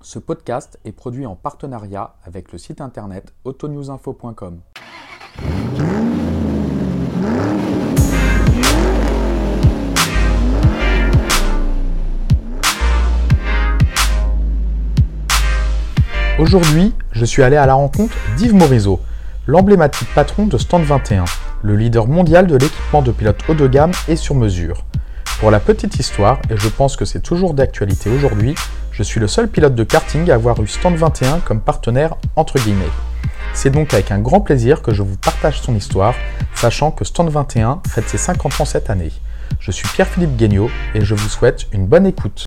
Ce podcast est produit en partenariat avec le site internet autonewsinfo.com. Aujourd'hui, je suis allé à la rencontre d'Yves Morisot, l'emblématique patron de Stand 21, le leader mondial de l'équipement de pilotes haut de gamme et sur mesure. Pour la petite histoire, et je pense que c'est toujours d'actualité aujourd'hui, je suis le seul pilote de karting à avoir eu Stand 21 comme partenaire entre guillemets. C'est donc avec un grand plaisir que je vous partage son histoire, sachant que Stand 21 fête ses 50 ans cette année. Je suis Pierre-Philippe Guignot et je vous souhaite une bonne écoute.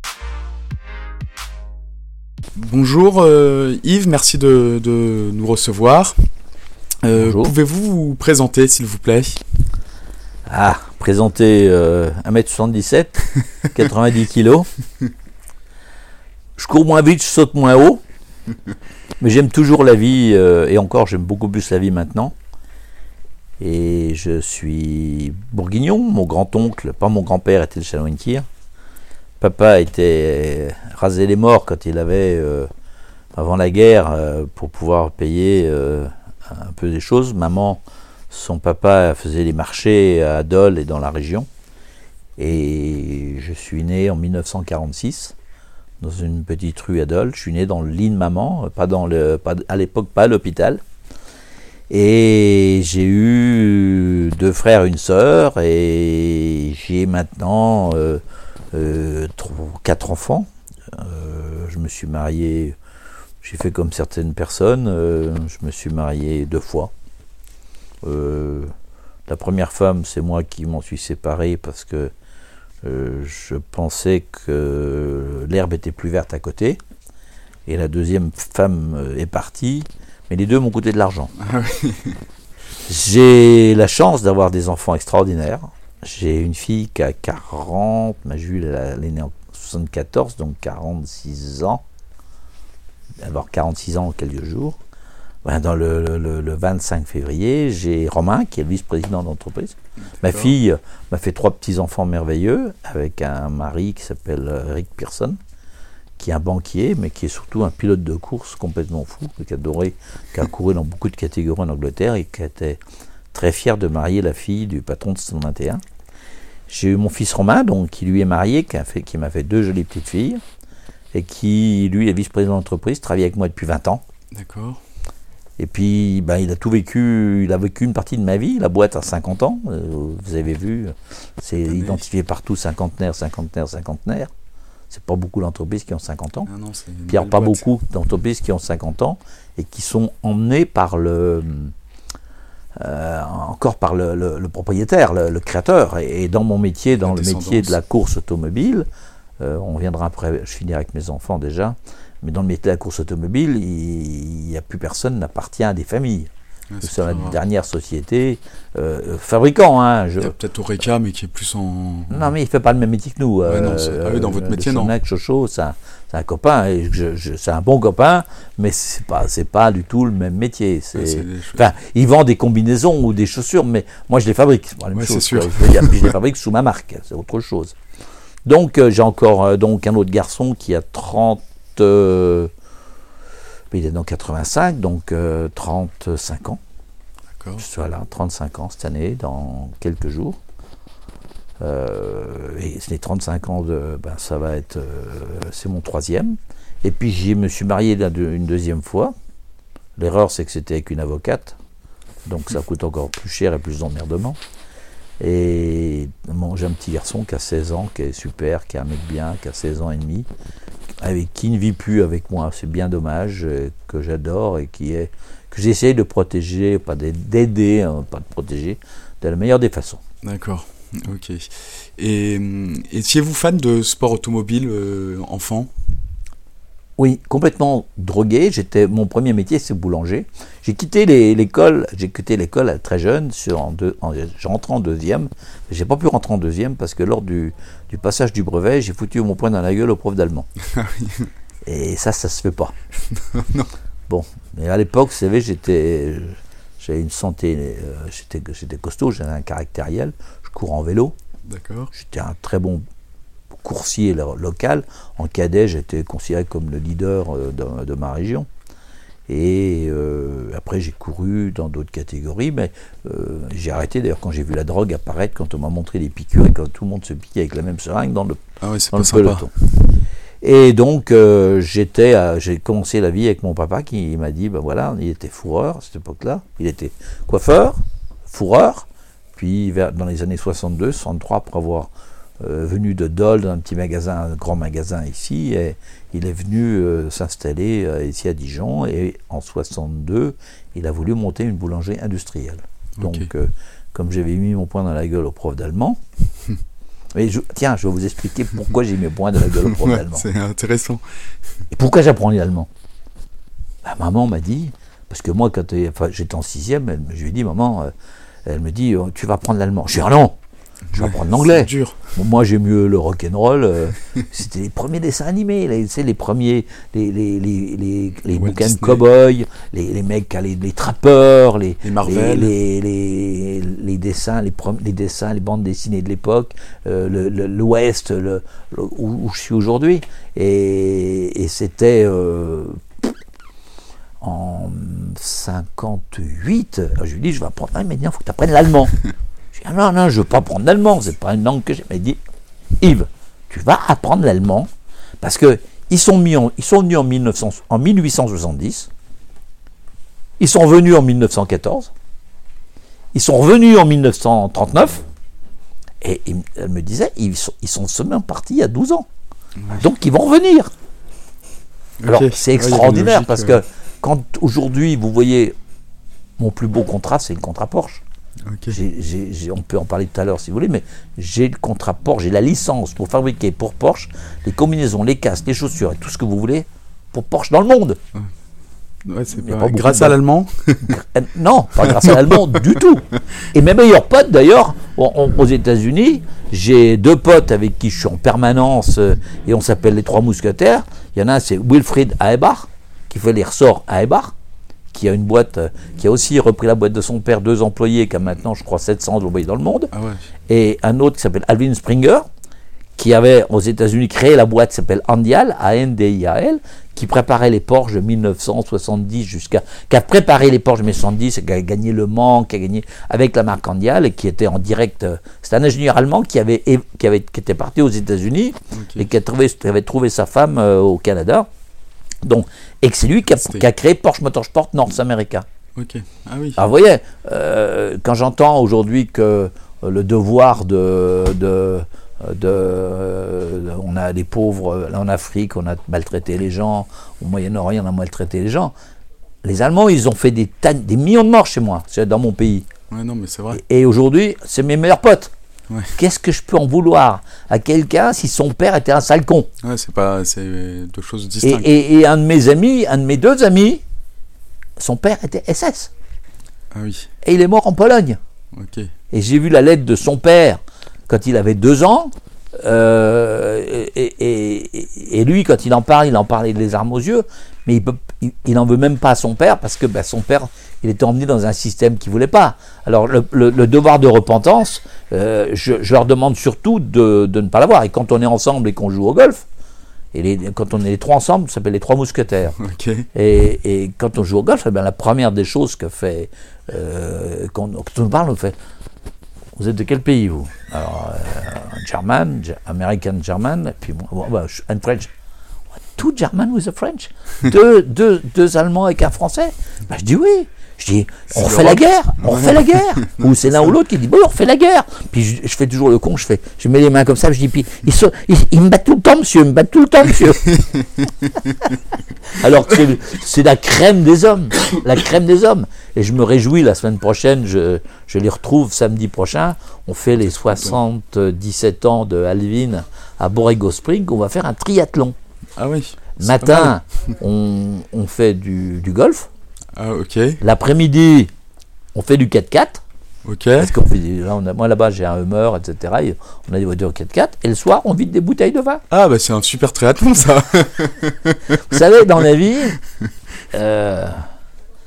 Bonjour Yves, merci de nous recevoir. Pouvez-vous vous présenter s'il vous plaît ? Présenter 1m77, 90 kg. Je cours moins vite, je saute moins haut. Mais j'aime toujours la vie, et encore j'aime beaucoup plus la vie maintenant. Et je suis bourguignon, mon grand-oncle, pas mon grand-père, était le chanoine de tir. Papa était rasé les morts quand il avait, avant la guerre, pour pouvoir payer un peu des choses. Maman, son papa faisait les marchés à Dole et dans la région. Et je suis né en 1946, dans une petite rue à Dole. Je suis né dans le lit de maman, à l'époque pas à l'hôpital. Et j'ai eu 2 frères et une sœur, et j'ai maintenant 4 enfants. Je me suis marié, j'ai fait comme certaines personnes, je me suis marié 2 fois. La première femme, c'est moi qui m'en suis séparé parce que je pensais que l'herbe était plus verte à côté. Et la deuxième femme est partie, mais les deux m'ont coûté de l'argent. J'ai la chance d'avoir des enfants extraordinaires. J'ai une fille qui a 40, ma Jules, elle est née en 74, donc 46 ans. Elle va avoir 46 ans en quelques jours. Dans le 25 février, j'ai Romain, qui est le vice-président d'entreprise. Ma fille m'a fait 3 petits-enfants merveilleux, avec un mari qui s'appelle Eric Pearson, qui est un banquier, mais qui est surtout un pilote de course complètement fou, qui a couru dans beaucoup de catégories en Angleterre, et qui était très fier de marier la fille du patron de Stand 21. J'ai eu mon fils Romain, donc, qui lui est marié, qui m'a fait 2 jolies petites filles, et qui, lui, est vice-président d'entreprise, travaille avec moi depuis 20 ans. D'accord. Et puis, il a tout vécu, il a vécu une partie de ma vie. La boîte a 50 ans, vous avez vu, c'est identifié partout, cinquantenaire. C'est pas beaucoup d'entreprises qui ont 50 ans. Pierre, pas beaucoup d'entreprises qui ont 50 ans et qui sont emmenées par le propriétaire, le créateur. Et dans mon métier, dans le métier de la course automobile, on viendra après, je finirai avec mes enfants déjà, mais dans le métier de la course automobile, il n'y a plus personne n'appartient à des familles. C'est la dernière société fabricant. Il y a peut-être Oreca, mais qui est plus en... Non, mais il ne fait pas le même métier que nous. Dans votre métier, non. Chocho, c'est un copain, et c'est un bon copain, mais c'est pas du tout le même métier. Il vend des combinaisons ou des chaussures, mais moi je les fabrique. C'est pas la même chose, c'est sûr. Je les fabrique sous ma marque, c'est autre chose. Donc j'ai encore un autre garçon qui a 30... il est dans 85, donc 35 ans. D'accord. Voilà, 35 ans cette année, dans quelques jours. Et les 35 ans, ça va être... c'est mon 3e. Et puis je me suis marié une 2e fois. L'erreur, c'est que c'était avec une avocate. Donc ça coûte encore plus cher et plus d'emmerdement. Et j'ai un petit garçon qui a 16 ans, qui est super, qui est un mec bien, qui a 16 ans et demi, qui ne vit plus avec moi. C'est bien dommage, que j'adore et que j'essaye de protéger, pas d'aider, pas de protéger, de la meilleure des façons. D'accord, ok. Et étiez-vous fan de sport automobile enfant ? Oui, complètement drogué. Mon premier métier, c'est boulanger. J'ai quitté l'école très jeune, je rentrais en 2e. J'ai pas pu rentrer en 2e parce que lors du passage du brevet, j'ai foutu mon poing dans la gueule au prof d'allemand. Et ça se fait pas. Non. Bon, mais à l'époque, vous savez, j'avais une santé, j'étais costaud, j'avais un caractériel, je courais en vélo. D'accord. J'étais un très bon coursier local. En cadet, j'étais considéré comme le leader de ma région. Et après, j'ai couru dans d'autres catégories, mais j'ai arrêté d'ailleurs quand j'ai vu la drogue apparaître, quand on m'a montré les piqûres et quand tout le monde se piquait avec la même seringue dans le peloton. Et donc, j'ai commencé la vie avec mon papa qui m'a dit, ben voilà, il était fourreur à cette époque-là, il était coiffeur, fourreur, puis dans les années 62, 63, après avoir venu de Dole, dans un petit magasin, un grand magasin ici, et il est venu s'installer ici à Dijon, et en 62, il a voulu monter une boulangerie industrielle. Donc, comme j'avais mis mon poing dans la gueule au prof d'allemand, mais je vais vous expliquer pourquoi j'ai mis mon poing dans la gueule au prof d'allemand. C'est intéressant. Et pourquoi j'apprends l'allemand? Maman m'a dit, parce que moi, quand j'étais en 6e, je lui ai dit, maman, elle me dit, tu vas apprendre l'allemand. Je dis, ah non, je vais apprendre l'anglais. C'est dur. Bon, moi, j'ai mieux le rock'n'roll. C'était les premiers dessins animés, les premiers, les bouquins de cow-boy, les mecs, les trappeurs, les Marvel, les dessins, les bandes dessinées de l'époque, l'Ouest, où je suis aujourd'hui. Et c'était en 58. Je lui dis, je vais apprendre. Ah, mais il faut que tu apprennes l'allemand. Je dis, ah non, je veux pas apprendre l'allemand, c'est pas une langue que j'ai. Mais il dit, Yves, tu vas apprendre l'allemand parce que ils sont venus en 1870, ils sont venus en 1914, ils sont revenus en 1939, et elle me disait, ils sont seulement partis il y a 12 ans. Donc ils vont revenir. Alors c'est extraordinaire parce que quand aujourd'hui vous voyez mon plus beau contrat, c'est le contrat Porsche. On peut en parler tout à l'heure si vous voulez, mais j'ai le contrat Porsche, j'ai la licence pour fabriquer pour Porsche les combinaisons, les casques, les chaussures et tout ce que vous voulez pour Porsche dans le monde. C'est pas grâce à l'allemand. Non, pas grâce à l'allemand du tout. Et mes meilleurs potes d'ailleurs, aux États-Unis, j'ai 2 potes avec qui je suis en permanence et on s'appelle les 3 mousquetaires. Il y en a un, c'est Wilfried Aebach, qui fait les ressorts Aebach, qui a une boîte, qui a aussi repris la boîte de son père, 2 employés, qui a maintenant, je crois, 700 employés dans le monde. Et un autre qui s'appelle Alvin Springer, qui avait aux États-Unis créé la boîte qui s'appelle Andial, A-N-D-I-A-L, qui préparait les Porsche de 1970 qui a préparé les Porsche de 1970, qui a gagné Le Mans, qui a gagné avec la marque Andial, et qui était en direct. C'est un ingénieur allemand qui était parti aux États-Unis et qui avait trouvé sa femme au Canada. Donc, et que c'est lui qui a créé Porsche Motorsport North America. Ah oui. Alors vous voyez, quand j'entends aujourd'hui que le devoir on a des pauvres là en Afrique, on a maltraité les gens, au Moyen-Orient on a maltraité les gens. Les Allemands, ils ont fait des millions de morts chez moi, c'est dans mon pays. Non, mais c'est vrai. Et aujourd'hui, c'est mes meilleurs potes. Qu'est-ce que je peux en vouloir à quelqu'un si son père était un sale con? C'est 2 choses distinctes. Et un de mes 2 amis, son père était SS. Ah oui. Et il est mort en Pologne. Et j'ai vu la lettre de son père quand il avait 2 ans, et lui, quand il en parlait les armes aux yeux, mais il n'en veut même pas à son père, parce que son père, il était emmené dans un système qu'il ne voulait pas. Alors, le devoir de repentance, je leur demande surtout de ne pas l'avoir. Et quand on est ensemble et qu'on joue au golf, quand on est les 3 ensemble, ça s'appelle les 3 mousquetaires. Et quand on joue au golf, la première des choses que fait, quand on parle, on fait... Vous êtes de quel pays, vous? Alors, German, American German, et puis and French. 2 German with a French? Deux Allemands avec un Français? Je dis oui. Je dis, on refait la guerre. Ou c'est l'un ou l'autre qui dit, bon, on refait la guerre. Puis je fais toujours le con, je mets les mains comme ça, je dis, puis ils me battent tout le temps, monsieur. Alors que c'est la crème des hommes. Et je me réjouis, la semaine prochaine, je les retrouve samedi prochain. On fait les 77 ans de Alvin à Borrego Spring. On va faire un triathlon. Ah oui. Matin, on fait du golf. L'après-midi, on fait du 4x4. Parce qu'on fait moi là-bas, j'ai un Hummer, etc. Et on a des voitures 4x4. Et le soir, on vide des bouteilles de vin. Ah, c'est un super triathlon, ça. Vous savez, dans la vie,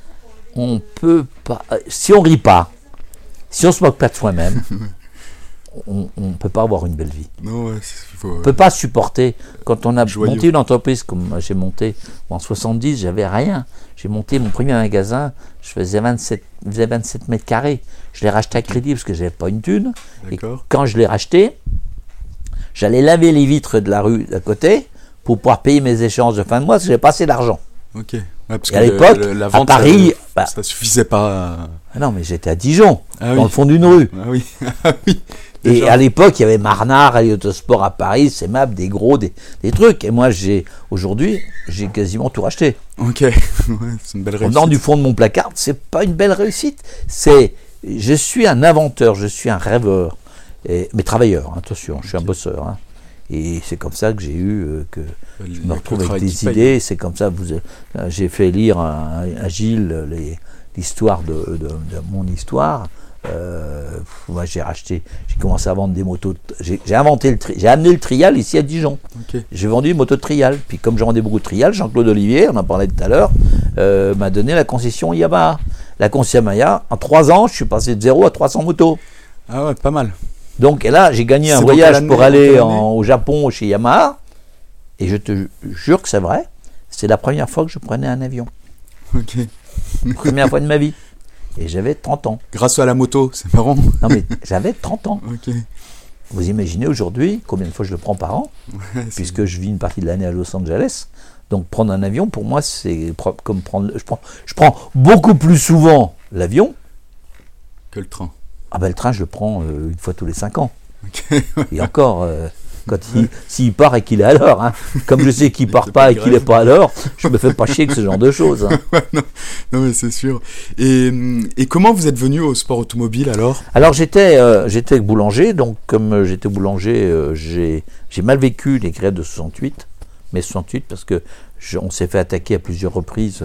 on peut pas. Si on rit pas, si on se moque pas de soi-même, on ne peut pas avoir une belle vie. Non, ouais, On ne peut pas supporter. Quand on a Joyeux. monté une entreprise comme j'ai monté en 70, j'avais rien. J'ai monté mon premier magasin, je faisais 27 mètres carrés. Je l'ai racheté à crédit parce que je n'avais pas une thune. Et D'accord. quand je l'ai racheté, j'allais laver les vitres de la rue d'à côté pour pouvoir payer mes échéances de fin de mois parce que j'avais pas assez d'argent. Ok. Ouais, parce Et à l'époque, la à vente, Paris, ça suffisait pas. Ah non, mais j'étais à Dijon, Ah dans oui. le fond d'une rue. Ah oui. Ah oui. Et Déjà. à l'époque, il y avait Marnard, Autosport à Paris, CEMAP, des gros, des trucs. Et moi, aujourd'hui, j'ai quasiment tout racheté. Ok. Ouais, c'est une belle En réussite. venant du fond de mon placard, c'est pas une belle réussite. Je suis un inventeur, je suis un rêveur, mais travailleur, hein, attention, je suis un bosseur. Hein. Et c'est comme ça que j'ai eu, que je me retrouve avec des idées. C'est comme ça, j'ai fait lire à Gilles l'histoire de mon histoire. Moi, j'ai commencé à vendre des motos. J'ai amené le trial ici à Dijon. Ok. J'ai vendu une moto de trial. Puis comme j'ai vendu beaucoup de trial, Jean-Claude Olivier, on en parlait tout à l'heure, m'a donné la concession Yamaha. La concession Yamaha, en 3 ans, je suis passé de 0 à 300 motos. Ah ouais, pas mal. Donc et là, j'ai gagné un C'est voyage dans quelle pour année, aller dans quelle année au Japon chez Yamaha. Et je te jure que c'est vrai. C'est la première fois que je prenais un avion. Ok. Première fois de ma vie. Et j'avais 30 ans. Grâce à la moto, c'est marrant. Non mais j'avais 30 ans. Ok. Vous imaginez aujourd'hui combien de fois je le prends par an, Ouais, puisque je vis une partie de l'année à Los Angeles. Donc prendre un avion, pour moi, c'est comme prendre... Je prends beaucoup plus souvent l'avion. que le train. Ah ben le train, je le prends une fois tous les 5 ans. Ok. Et encore, s'il part et qu'il est à l'heure. Hein. Comme je sais qu'il part C'est pas pas et qu'il n'est grave. pas à l'heure, je me fais pas chier avec ce genre de choses. Hein. Non mais c'est sûr. Et comment vous êtes venu au sport automobile alors? Alors j'étais boulanger, donc comme j'étais boulanger, j'ai mal vécu les grèves de 68, mais 68 parce que on s'est fait attaquer à plusieurs reprises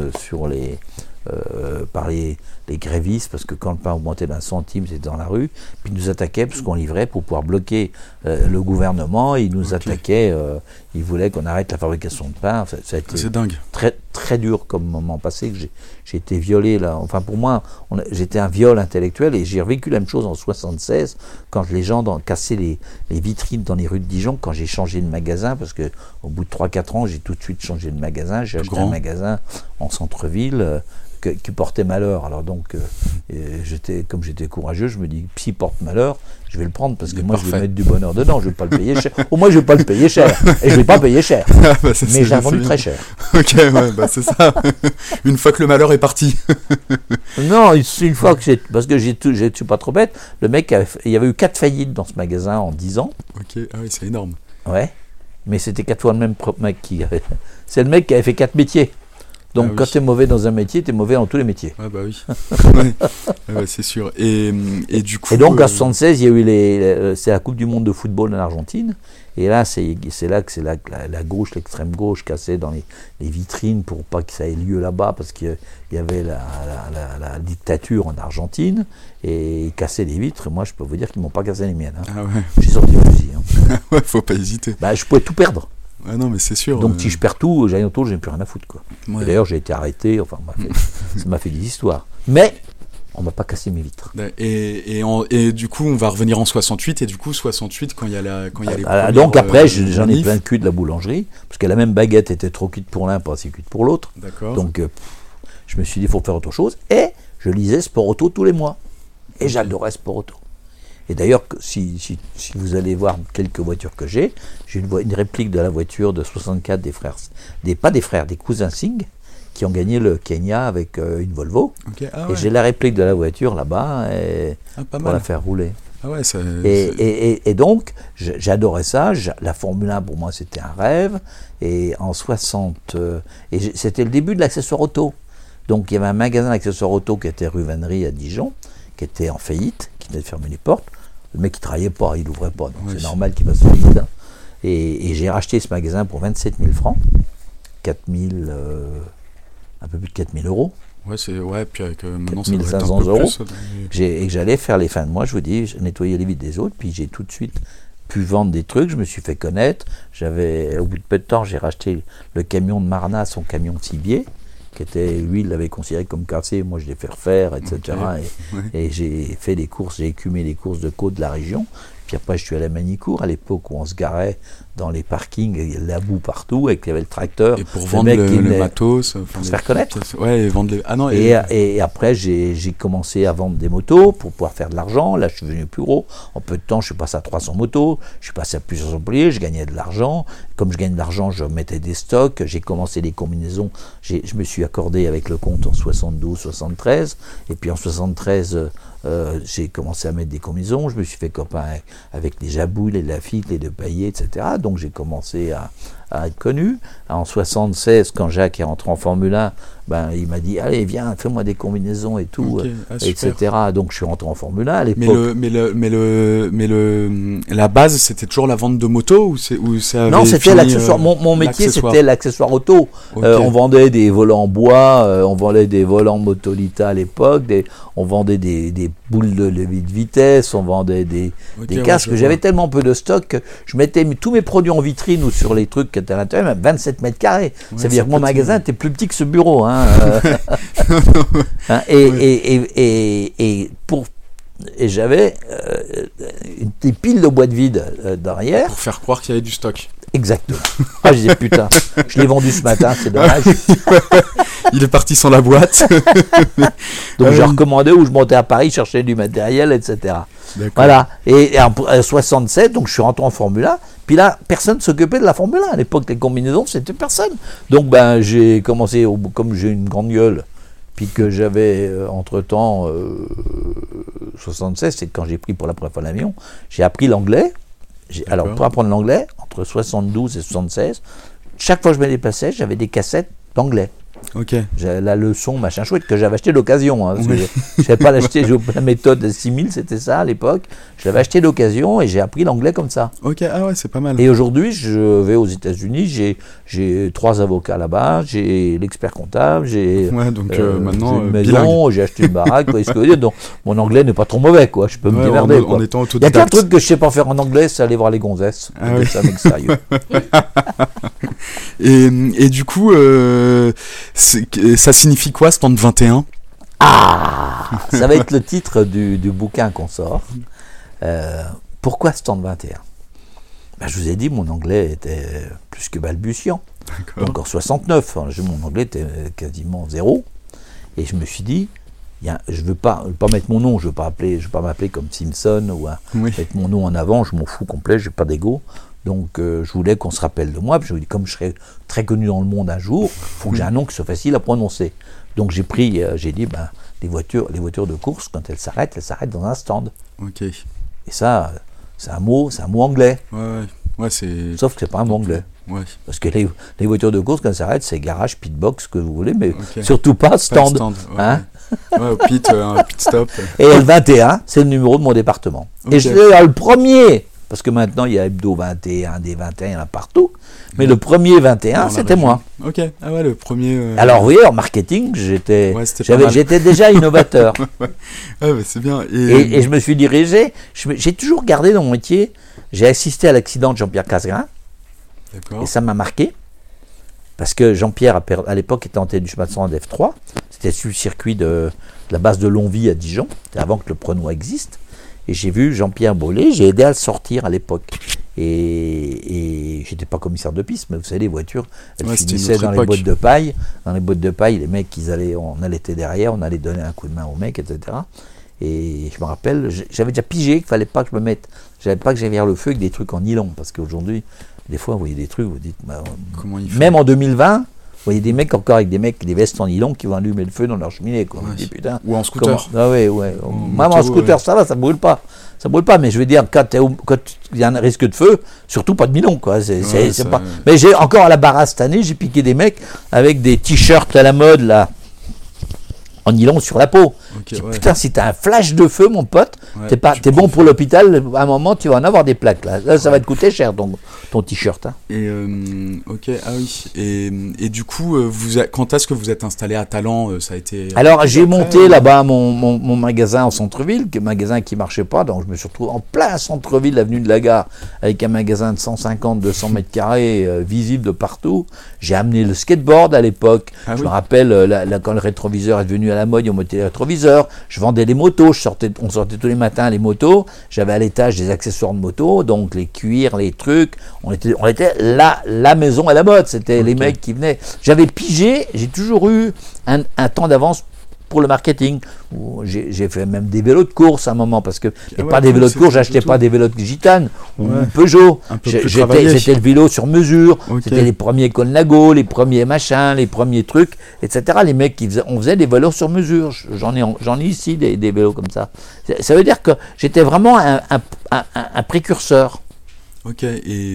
par les grévistes, parce que quand le pain augmentait d'1 centime, c'était dans la rue, puis ils nous attaquaient parce qu'on livrait pour pouvoir bloquer le gouvernement, ils nous attaquaient, ils voulaient qu'on arrête la fabrication de pain. Ça a été C'est dingue. très, très dur comme moment passé, que j'ai été violé là. Enfin pour moi, j'étais un viol intellectuel, et j'ai revécu la même chose en 76, quand les gens cassaient les vitrines dans les rues de Dijon, quand j'ai changé de magasin, parce que au bout de 3-4 ans, j'ai tout de suite changé de magasin, j'ai acheté un magasin en centre-ville, qui portait malheur. Alors donc, comme j'étais courageux, je me dis, s'il porte malheur, je vais le prendre, parce que moi, je vais mettre du bonheur dedans, je vais pas le payer cher. Au moins, je vais pas le payer cher, et je vais pas payer cher. Ah, bah, ça, Mais j'ai vendu bien. très cher. Ok, ouais, bah c'est ça. Une fois que le malheur est parti. Non, c'est une fois que parce que je suis pas trop bête, le mec, il y avait eu 4 faillites dans ce magasin en 10 ans. Ok, ah oui, c'est énorme. Ouais. Mais c'était 4 fois le même mec c'est le mec qui avait fait 4 métiers. Donc oui. quand tu es mauvais dans un métier, tu es mauvais dans tous les métiers. Ah bah oui. Ouais. Ah bah, c'est sûr. Et du coup. Et donc en 76, il y a eu c'est la Coupe du Monde de football en Argentine. Et là, c'est là que la gauche, l'extrême gauche, cassait dans les vitrines pour pas que ça ait lieu là-bas, parce qu'il y avait la dictature en Argentine, et ils cassaient les vitres. Et moi, je peux vous dire qu'ils m'ont pas cassé les miennes. Hein. Ah ouais. J'ai sorti le fusil. Hein. Ouais, faut pas hésiter. Bah, je pouvais tout perdre. Ah non, mais c'est sûr. Donc si je perds tout, j'ai plus rien à foutre. Quoi. Ouais. Et d'ailleurs, j'ai été arrêté. Enfin, ça m'a fait des histoires. Mais on m'a pas cassé mes vitres. Et du coup, on va revenir en 68. Et du coup, 68, quand il y a les premières, donc après, j'en ai manifs. plein le cul de la boulangerie, parce que la même baguette était trop cuite pour l'un, pas assez cuite pour l'autre. D'accord. Donc je me suis dit, il faut faire autre chose. Et je lisais Sport Auto tous les mois. Et j'adorais Sport Auto. Et d'ailleurs, si vous allez voir quelques voitures que j'ai une réplique de la voiture de 64 des cousins Singh, qui ont gagné le Kenya avec une Volvo. Okay. Ah Et ouais. j'ai la réplique de la voiture là-bas Pas pour mal. la faire rouler. Ah ouais, ça. Et donc, j'adorais ça. La Formule 1, pour moi, c'était un rêve. Et en 60, c'était le début de l'accessoire auto. Donc, il y avait un magasin d'accessoires auto qui était rue Vannerie à Dijon, qui était en faillite, qui venait de fermer les portes. Le mec, il ne travaillait pas, il n'ouvrait pas. Donc, Oui. c'est normal qu'il fasse faillite. Hein. Et j'ai racheté ce magasin pour 27 000 francs. 4 000, un peu plus de 4 000 euros. Ouais, puis avec maintenant, 4 ça doit être un 500 peu euros. plus. Et j'allais faire les fins de mois, je vous dis, je nettoyais les vitres des autres, puis j'ai tout de suite pu vendre des trucs, je me suis fait connaître. Au bout de peu de temps, j'ai racheté le camion de Marna, son camion Cibier, qui était, lui, il l'avait considéré comme cassé, moi je l'ai fait refaire, etc. Okay. Et j'ai fait des courses, j'ai écumé les courses de côte de la région. Puis après, je suis allé à Magny-Cours, à l'époque où on se garait dans les parkings, il y avait de la boue partout, et qu'il y avait le tracteur. Et pour vendre le matos. Pour se faire connaître. Ouais, et vendre les... Ah non, et après, j'ai commencé à vendre des motos pour pouvoir faire de l'argent. Là, je suis devenu plus gros. En peu de temps, je suis passé à 300 motos, je suis passé à plusieurs employés, je gagnais de l'argent. Comme je gagne de l'argent, je mettais des stocks, j'ai commencé les combinaisons. Je me suis accordé avec le compte en 72, 73, et puis en 73, j'ai commencé à mettre des combinaisons, je me suis fait copain avec les Jabouilles, les Lafitte, les Depaillé, etc. Donc j'ai commencé à être connu. En 76, quand Jacques est rentré en Formule 1, il m'a dit allez viens, fais-moi des combinaisons et tout, etc. Donc je suis rentré en Formule 1 à l'époque. Mais la base, c'était toujours la vente de motos ou ça avait Non, c'était l'accessoire. Mon métier, c'était l'accessoire auto. On vendait des volants en bois, on vendait des volants Motolita à l'époque, on vendait des boules de levée de vitesse, on vendait des casques. J'avais tellement peu de stock que je mettais tous mes produits en vitrine ou sur les trucs qui étaient à l'intérieur, même 27 mètres carrés. Ça veut dire que mon magasin était plus petit que ce bureau. Et j'avais des piles de boîtes vides derrière. Pour faire croire qu'il y avait du stock. Exactement. Je disais putain, je l'ai vendu ce matin, c'est dommage. Il est parti sans la boîte. Donc j'ai recommandé où je montais à Paris, chercher du matériel, etc. D'accord. Voilà. Et en 67, donc je suis rentré en Formule 1. Puis là, personne ne s'occupait de la Formule 1. À l'époque, les combinaisons, c'était personne. Donc j'ai commencé, comme j'ai une grande gueule, puis que j'avais entre-temps 76, c'est quand j'ai pris pour la première fois l'avion, j'ai appris l'anglais. Alors pour apprendre l'anglais, entre 72 et 76, chaque fois que je me déplaçais, j'avais des cassettes d'anglais. Ok. La leçon, machin chouette, que j'avais acheté d'occasion. Parce que je savais pas l'acheter, la méthode de 6000, c'était ça à l'époque. Je l'avais acheté d'occasion et j'ai appris l'anglais comme ça. Ok, ah ouais, c'est pas mal. Et aujourd'hui, je vais aux États-Unis, j'ai 3 avocats là-bas, j'ai l'expert comptable, j'ai maintenant, une maison, j'ai acheté une baraque, quoi, ce que je veux dire. Donc mon anglais n'est pas trop mauvais, quoi. Je peux me démerder. En étant autodidacte. Il y a plein de trucs que je sais pas faire en anglais, c'est aller voir les gonzesses. C'est un mec sérieux. Et du coup, ça signifie quoi, Stand 21 ? Ça va être le titre du bouquin qu'on sort. Pourquoi Stand 21 ? Je vous ai dit, mon anglais était plus que balbutiant. D'accord. Donc en 69, mon anglais était quasiment zéro. Et je me suis dit, je ne veux pas mettre mon nom, je ne veux pas m'appeler comme Simpson ou mettre mon nom en avant, je m'en fous complet, je n'ai pas d'ego. Donc je voulais qu'on se rappelle de moi, puis je me dis, comme je serai très connu dans le monde un jour, il faut que j'ai un nom qui soit facile à prononcer. Donc j'ai dit, les voitures de course, quand elles s'arrêtent dans un stand. Ok. Et ça, c'est un mot anglais. Ouais, c'est... Sauf que c'est pas un mot anglais. Ouais. Parce que les voitures de course, quand elles s'arrêtent, c'est garage, pitbox, ce que vous voulez, mais surtout pas stand. Pit stop. Et le 21, c'est le numéro de mon département. Okay. Et je l'ai le premier. Parce que maintenant, il y a Hebdo 21, des 21, il y en a partout. Mais le premier 21, c'était moi. Ok, ah ouais, le premier... Alors, vous voyez, en marketing, j'étais déjà innovateur. C'est bien. Et je me suis dirigé, j'ai toujours gardé dans mon métier, j'ai assisté à l'accident de Jean-Pierre Casgrain. D'accord. Et ça m'a marqué. Parce que Jean-Pierre, à l'époque, était en tête du chemin de sang de F3. C'était sur le circuit de la base de Longwy à Dijon. C'était avant que le Prenois existe. Et j'ai vu Jean-Pierre Bollé, j'ai aidé à le sortir à l'époque. Et j'étais pas commissaire de piste, mais vous savez, les voitures, elles finissaient dans les boîtes de paille. Dans les boîtes de paille, les mecs, on allait être derrière, on allait donner un coup de main aux mecs, etc. Et je me rappelle, j'avais déjà pigé qu'il fallait pas que je me mette, j'avais pas que j'aille vers le feu avec des trucs en nylon, parce qu'aujourd'hui, des fois, vous voyez des trucs, vous dites, même en 2020, vous voyez des mecs encore avec des vestes en nylon qui vont allumer le feu dans leur cheminée, quoi. Ouais. Dit, putain, ou en scooter. Même en scooter, ça va, ça brûle pas. Ça brûle pas, mais je veux dire, quand il y a un risque de feu, surtout pas de nylon, quoi. C'est pas... Mais j'ai encore à la Barra cette année, j'ai piqué des mecs avec des t-shirts à la mode, là, en nylon sur la peau. Putain, si t'as un flash de feu, mon pote, t'es bon pour l'hôpital, à un moment, tu vas en avoir des plaques, là. Ça va te coûter cher, ton t-shirt. Hein. Et, Et du coup, quand est-ce que vous êtes installé à Talent, ça a été... Alors, j'ai monté là-bas mon magasin en centre-ville, un magasin qui marchait pas, donc je me suis retrouvé en plein centre-ville, avenue de la Gare, avec un magasin de 150-200 mètres carrés, visible de partout. J'ai amené le skateboard à l'époque. Je me rappelle, quand le rétroviseur est devenu à la mode, on mettait le rétroviseur. Je vendais les motos, on sortait tous les matins matin les motos, j'avais à l'étage des accessoires de moto, donc les cuirs, les trucs. On était la maison à la mode. C'était les mecs qui venaient. J'avais pigé, j'ai toujours eu un temps d'avance pour le marketing. J'ai fait même des vélos de course à un moment, parce que pas des vélos de course, j'achetais pas des vélos de Gitane ou Peugeot. C'était le vélo sur mesure. C'était les premiers Colnago, les premiers machins, les premiers trucs, etc. Les mecs on faisait des vélos sur mesure. J'en ai ici des vélos comme ça. Ça veut dire que j'étais vraiment un précurseur. Ok,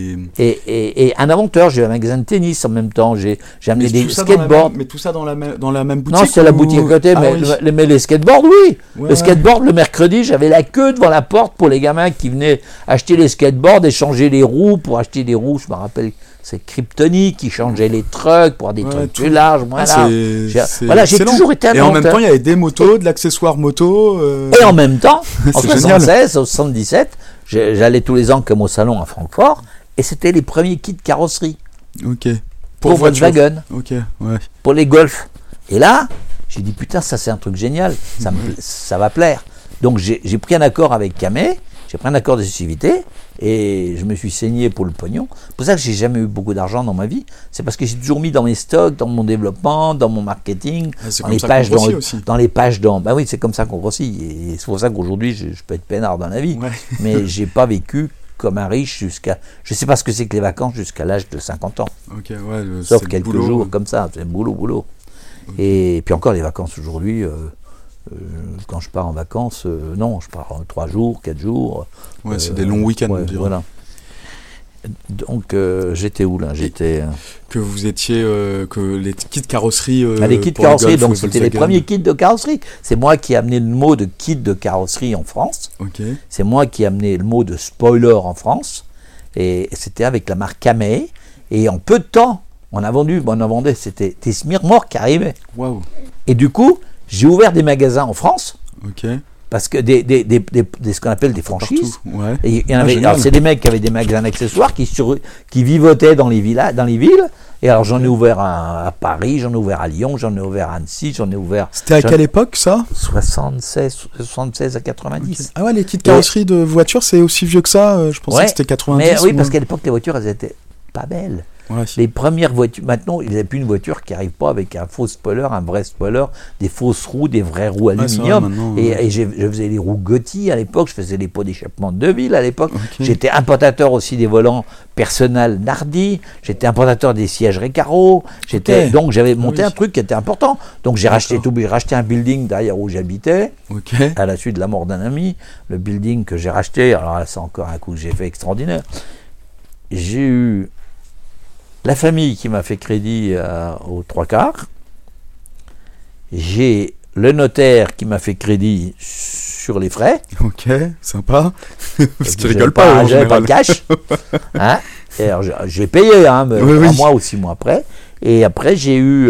et un inventeur. J'ai eu un magasin de tennis en même temps. J'ai amené des skateboards. Mais tout ça dans la même boutique? Non, c'est la boutique à côté, mais les skateboards, oui. Skateboard, le mercredi, j'avais la queue devant la porte pour les gamins qui venaient acheter les skateboards et changer les roues. Pour acheter des roues, je me rappelle, c'est Kryptonic qui changeait les trucks pour avoir des trucs plus larges. Voilà, j'ai toujours été un inventeur. Et en même temps, il y avait des motos, de l'accessoire moto. Et en même temps, en 76, 77, j'allais tous les ans comme au salon à Francfort, et c'était les premiers kits carrosserie. Ok. Pour Volkswagen. Ok, ouais. Pour les Golf. Et là, j'ai dit putain, ça c'est un truc génial, ça va plaire. Donc j'ai pris un accord avec Camé, j'ai pris un accord d'exclusivité, et je me suis saigné pour le pognon. C'est pour ça que j'ai jamais eu beaucoup d'argent dans ma vie. C'est parce que j'ai toujours mis dans mes stocks, dans mon développement, dans mon marketing, dans les pages, bah oui, c'est comme ça qu'on grossit. Et c'est pour ça qu'aujourd'hui, je peux être peinard dans la vie. Ouais. Mais j'ai pas vécu comme un riche jusqu'à... Je sais pas ce que c'est que les vacances jusqu'à l'âge de 50 ans. Okay, ouais, sauf quelques jours comme ça, c'est boulot. Okay. Et puis encore les vacances aujourd'hui... quand je pars en vacances, non, je pars 3 jours, 4 jours. Ouais, c'est des longs week-ends. Ouais, voilà. Donc, j'étais où là? Que vous étiez, que les kits carrosserie. Les kits carrosserie, donc c'était les premiers kits de carrosserie. C'est moi qui ai amené le mot de kit de carrosserie en France. Okay. C'est moi qui ai amené le mot de spoiler en France. Et c'était avec la marque Camé. Et en peu de temps, on en vendait, c'était des Smirmor qui arrivaient. Waouh. Et du coup, j'ai ouvert des magasins en France, parce que ce qu'on appelle des franchises. Ouais. Et il y en avait, alors c'est des mecs qui avaient des magasins d'accessoires qui vivotaient dans les villes. Et alors j'en ai ouvert à Paris, j'en ai ouvert à Lyon, j'en ai ouvert à Annecy, j'en ai ouvert. C'était à quelle époque ça? 76 à 90. Okay. Ah ouais, les kits carrosserie de voitures, c'est aussi vieux que ça. Je pensais que c'était 90. Mais oui, parce qu'à l'époque les voitures elles étaient pas belles. Ouais. Les premières voitures, maintenant, il n'y a plus une voiture qui n'arrive pas avec un faux spoiler, un vrai spoiler, des fausses roues, des vraies roues aluminium. Et je faisais les roues Gotti à l'époque, je faisais les pots d'échappement de Deville à l'époque. Okay. J'étais importateur aussi des volants personnels Nardi, j'étais importateur des sièges Recaro. Donc j'avais monté un truc qui était important. Donc j'ai racheté un building derrière où j'habitais, à la suite de la mort d'un ami. Le building que j'ai racheté, alors là, c'est encore un coup que j'ai fait extraordinaire. J'ai eu la famille qui m'a fait crédit aux 3/4. J'ai le notaire qui m'a fait crédit sur les frais. Ok, sympa. Parce qu'il rigole pas. J'avais pas de cash. Hein, et alors j'ai payé, un mois ou 6 mois après. Et après, j'ai eu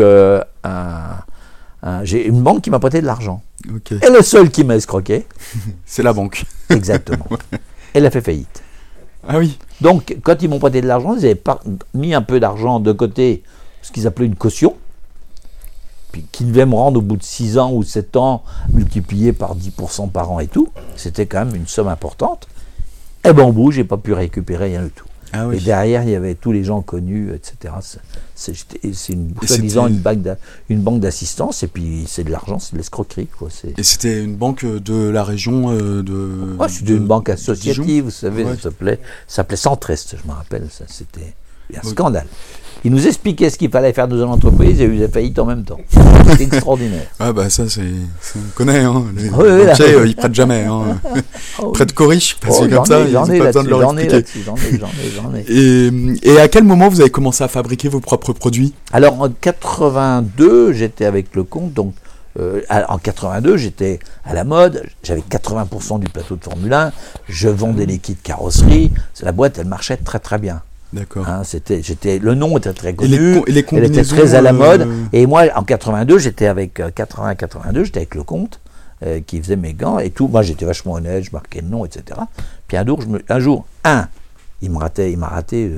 j'ai une banque qui m'a prêté de l'argent. Okay. Et le seul qui m'a escroqué, c'est la banque. Exactement. Elle a fait faillite. Ah oui. Donc, quand ils m'ont prêté de l'argent, ils avaient mis un peu d'argent de côté, ce qu'ils appelaient une caution, puis qui devait me rendre au bout de 6 ans ou 7 ans, multiplié par 10% par an et tout. C'était quand même une somme importante. Et ben, au bout, j'ai pas pu récupérer rien du tout. Ah oui. Et derrière, il y avait tous les gens connus, etc. C'est soi-disant une banque d'assistance, et puis c'est de l'argent, c'est de l'escroquerie, quoi. Et c'était une banque de la région de... Ouais, c'était une banque associative, vous savez, ça s'appelait Centrest, je me rappelle, c'était un scandale. Ils nous expliquaient ce qu'il fallait faire dans une entreprise et ils faisaient faillite en même temps. C'était extraordinaire. Ah bah ça, on connaît, hein. Les banquiers, ils prêtent jamais. Hein. Ils prêtent qu'aux riches, parce que comme ça, ils n'ont pas besoin de leur expliquer. J'en ai. Et à quel moment vous avez commencé à fabriquer vos propres produits? Alors en 82, j'étais avec le compte, donc en 82, j'étais à la mode, j'avais 80% du plateau de Formule 1, je vendais les kits carrosserie, la boîte, elle marchait très très bien. D'accord. Hein, le nom était très connu, et les elle était très à la mode. Et moi, en 82, j'étais avec j'étais avec le compte qui faisait mes gants et tout. Moi, j'étais vachement honnête, je marquais le nom, etc. Puis un jour, il m'a raté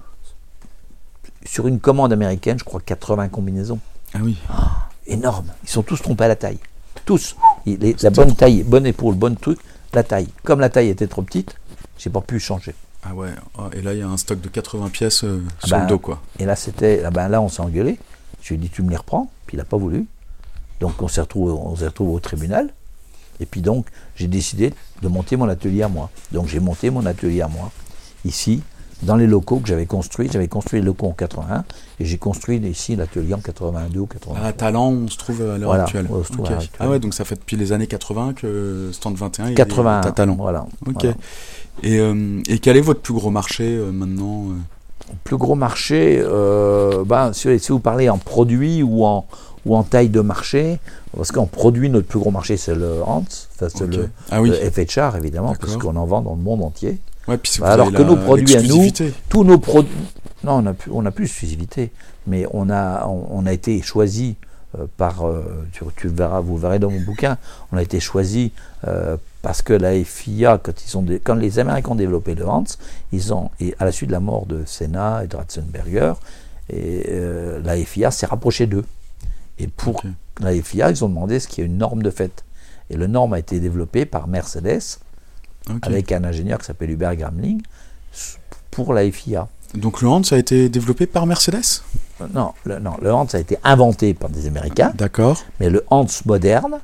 sur une commande américaine, je crois 80 combinaisons. Ah oui. Énorme. Ils sont tous trompés à la taille. Tous. La bonne taille, bonne épaule, bon truc. la taille. Comme la taille était trop petite, j'ai pas pu changer. Ah ouais, et là il y a un stock de 80 pièces sur le dos quoi. Et là là on s'est engueulé. Je lui ai dit tu me les reprends, puis il n'a pas voulu. Donc on s'est retrouvé au tribunal. Et puis donc j'ai décidé de monter mon atelier à moi. Donc j'ai monté mon atelier à moi, ici, dans les locaux que j'avais construits. J'avais construit les locaux en 81 et j'ai construit ici l'atelier en 82 ou 83. À Talent, on se trouve à l'heure actuelle. On se trouve à l'heure actuelle. Ah ouais, donc ça fait depuis les années 80 que Stand 21 est à Talent. Voilà. Ok. Voilà. Et quel est votre plus gros marché maintenant Le plus gros marché, si vous parlez en produit ou en taille de marché, parce qu'en produit, notre plus gros marché, c'est le Hans, c'est le FHR, évidemment, parce qu'on en vend dans le monde entier. Ouais, puis alors que nos produits à nous, tous nos produits... Non, on n'a plus d'exclusivité, mais on a été choisi par... vous verrez dans mon bouquin, on a été choisi parce que la FIA, quand les Américains ont développé le Hans, et à la suite de la mort de Senna et de Ratzenberger, la FIA s'est rapprochée d'eux. Et pour la FIA, ils ont demandé ce qu'il y ait une norme de fait. Et la norme a été développée par Mercedes, avec un ingénieur qui s'appelle Hubert Gramling, pour la FIA. Donc le Hans a été développé par Mercedes ? Non, le Hans a été inventé par des Américains. D'accord. Mais le Hans moderne,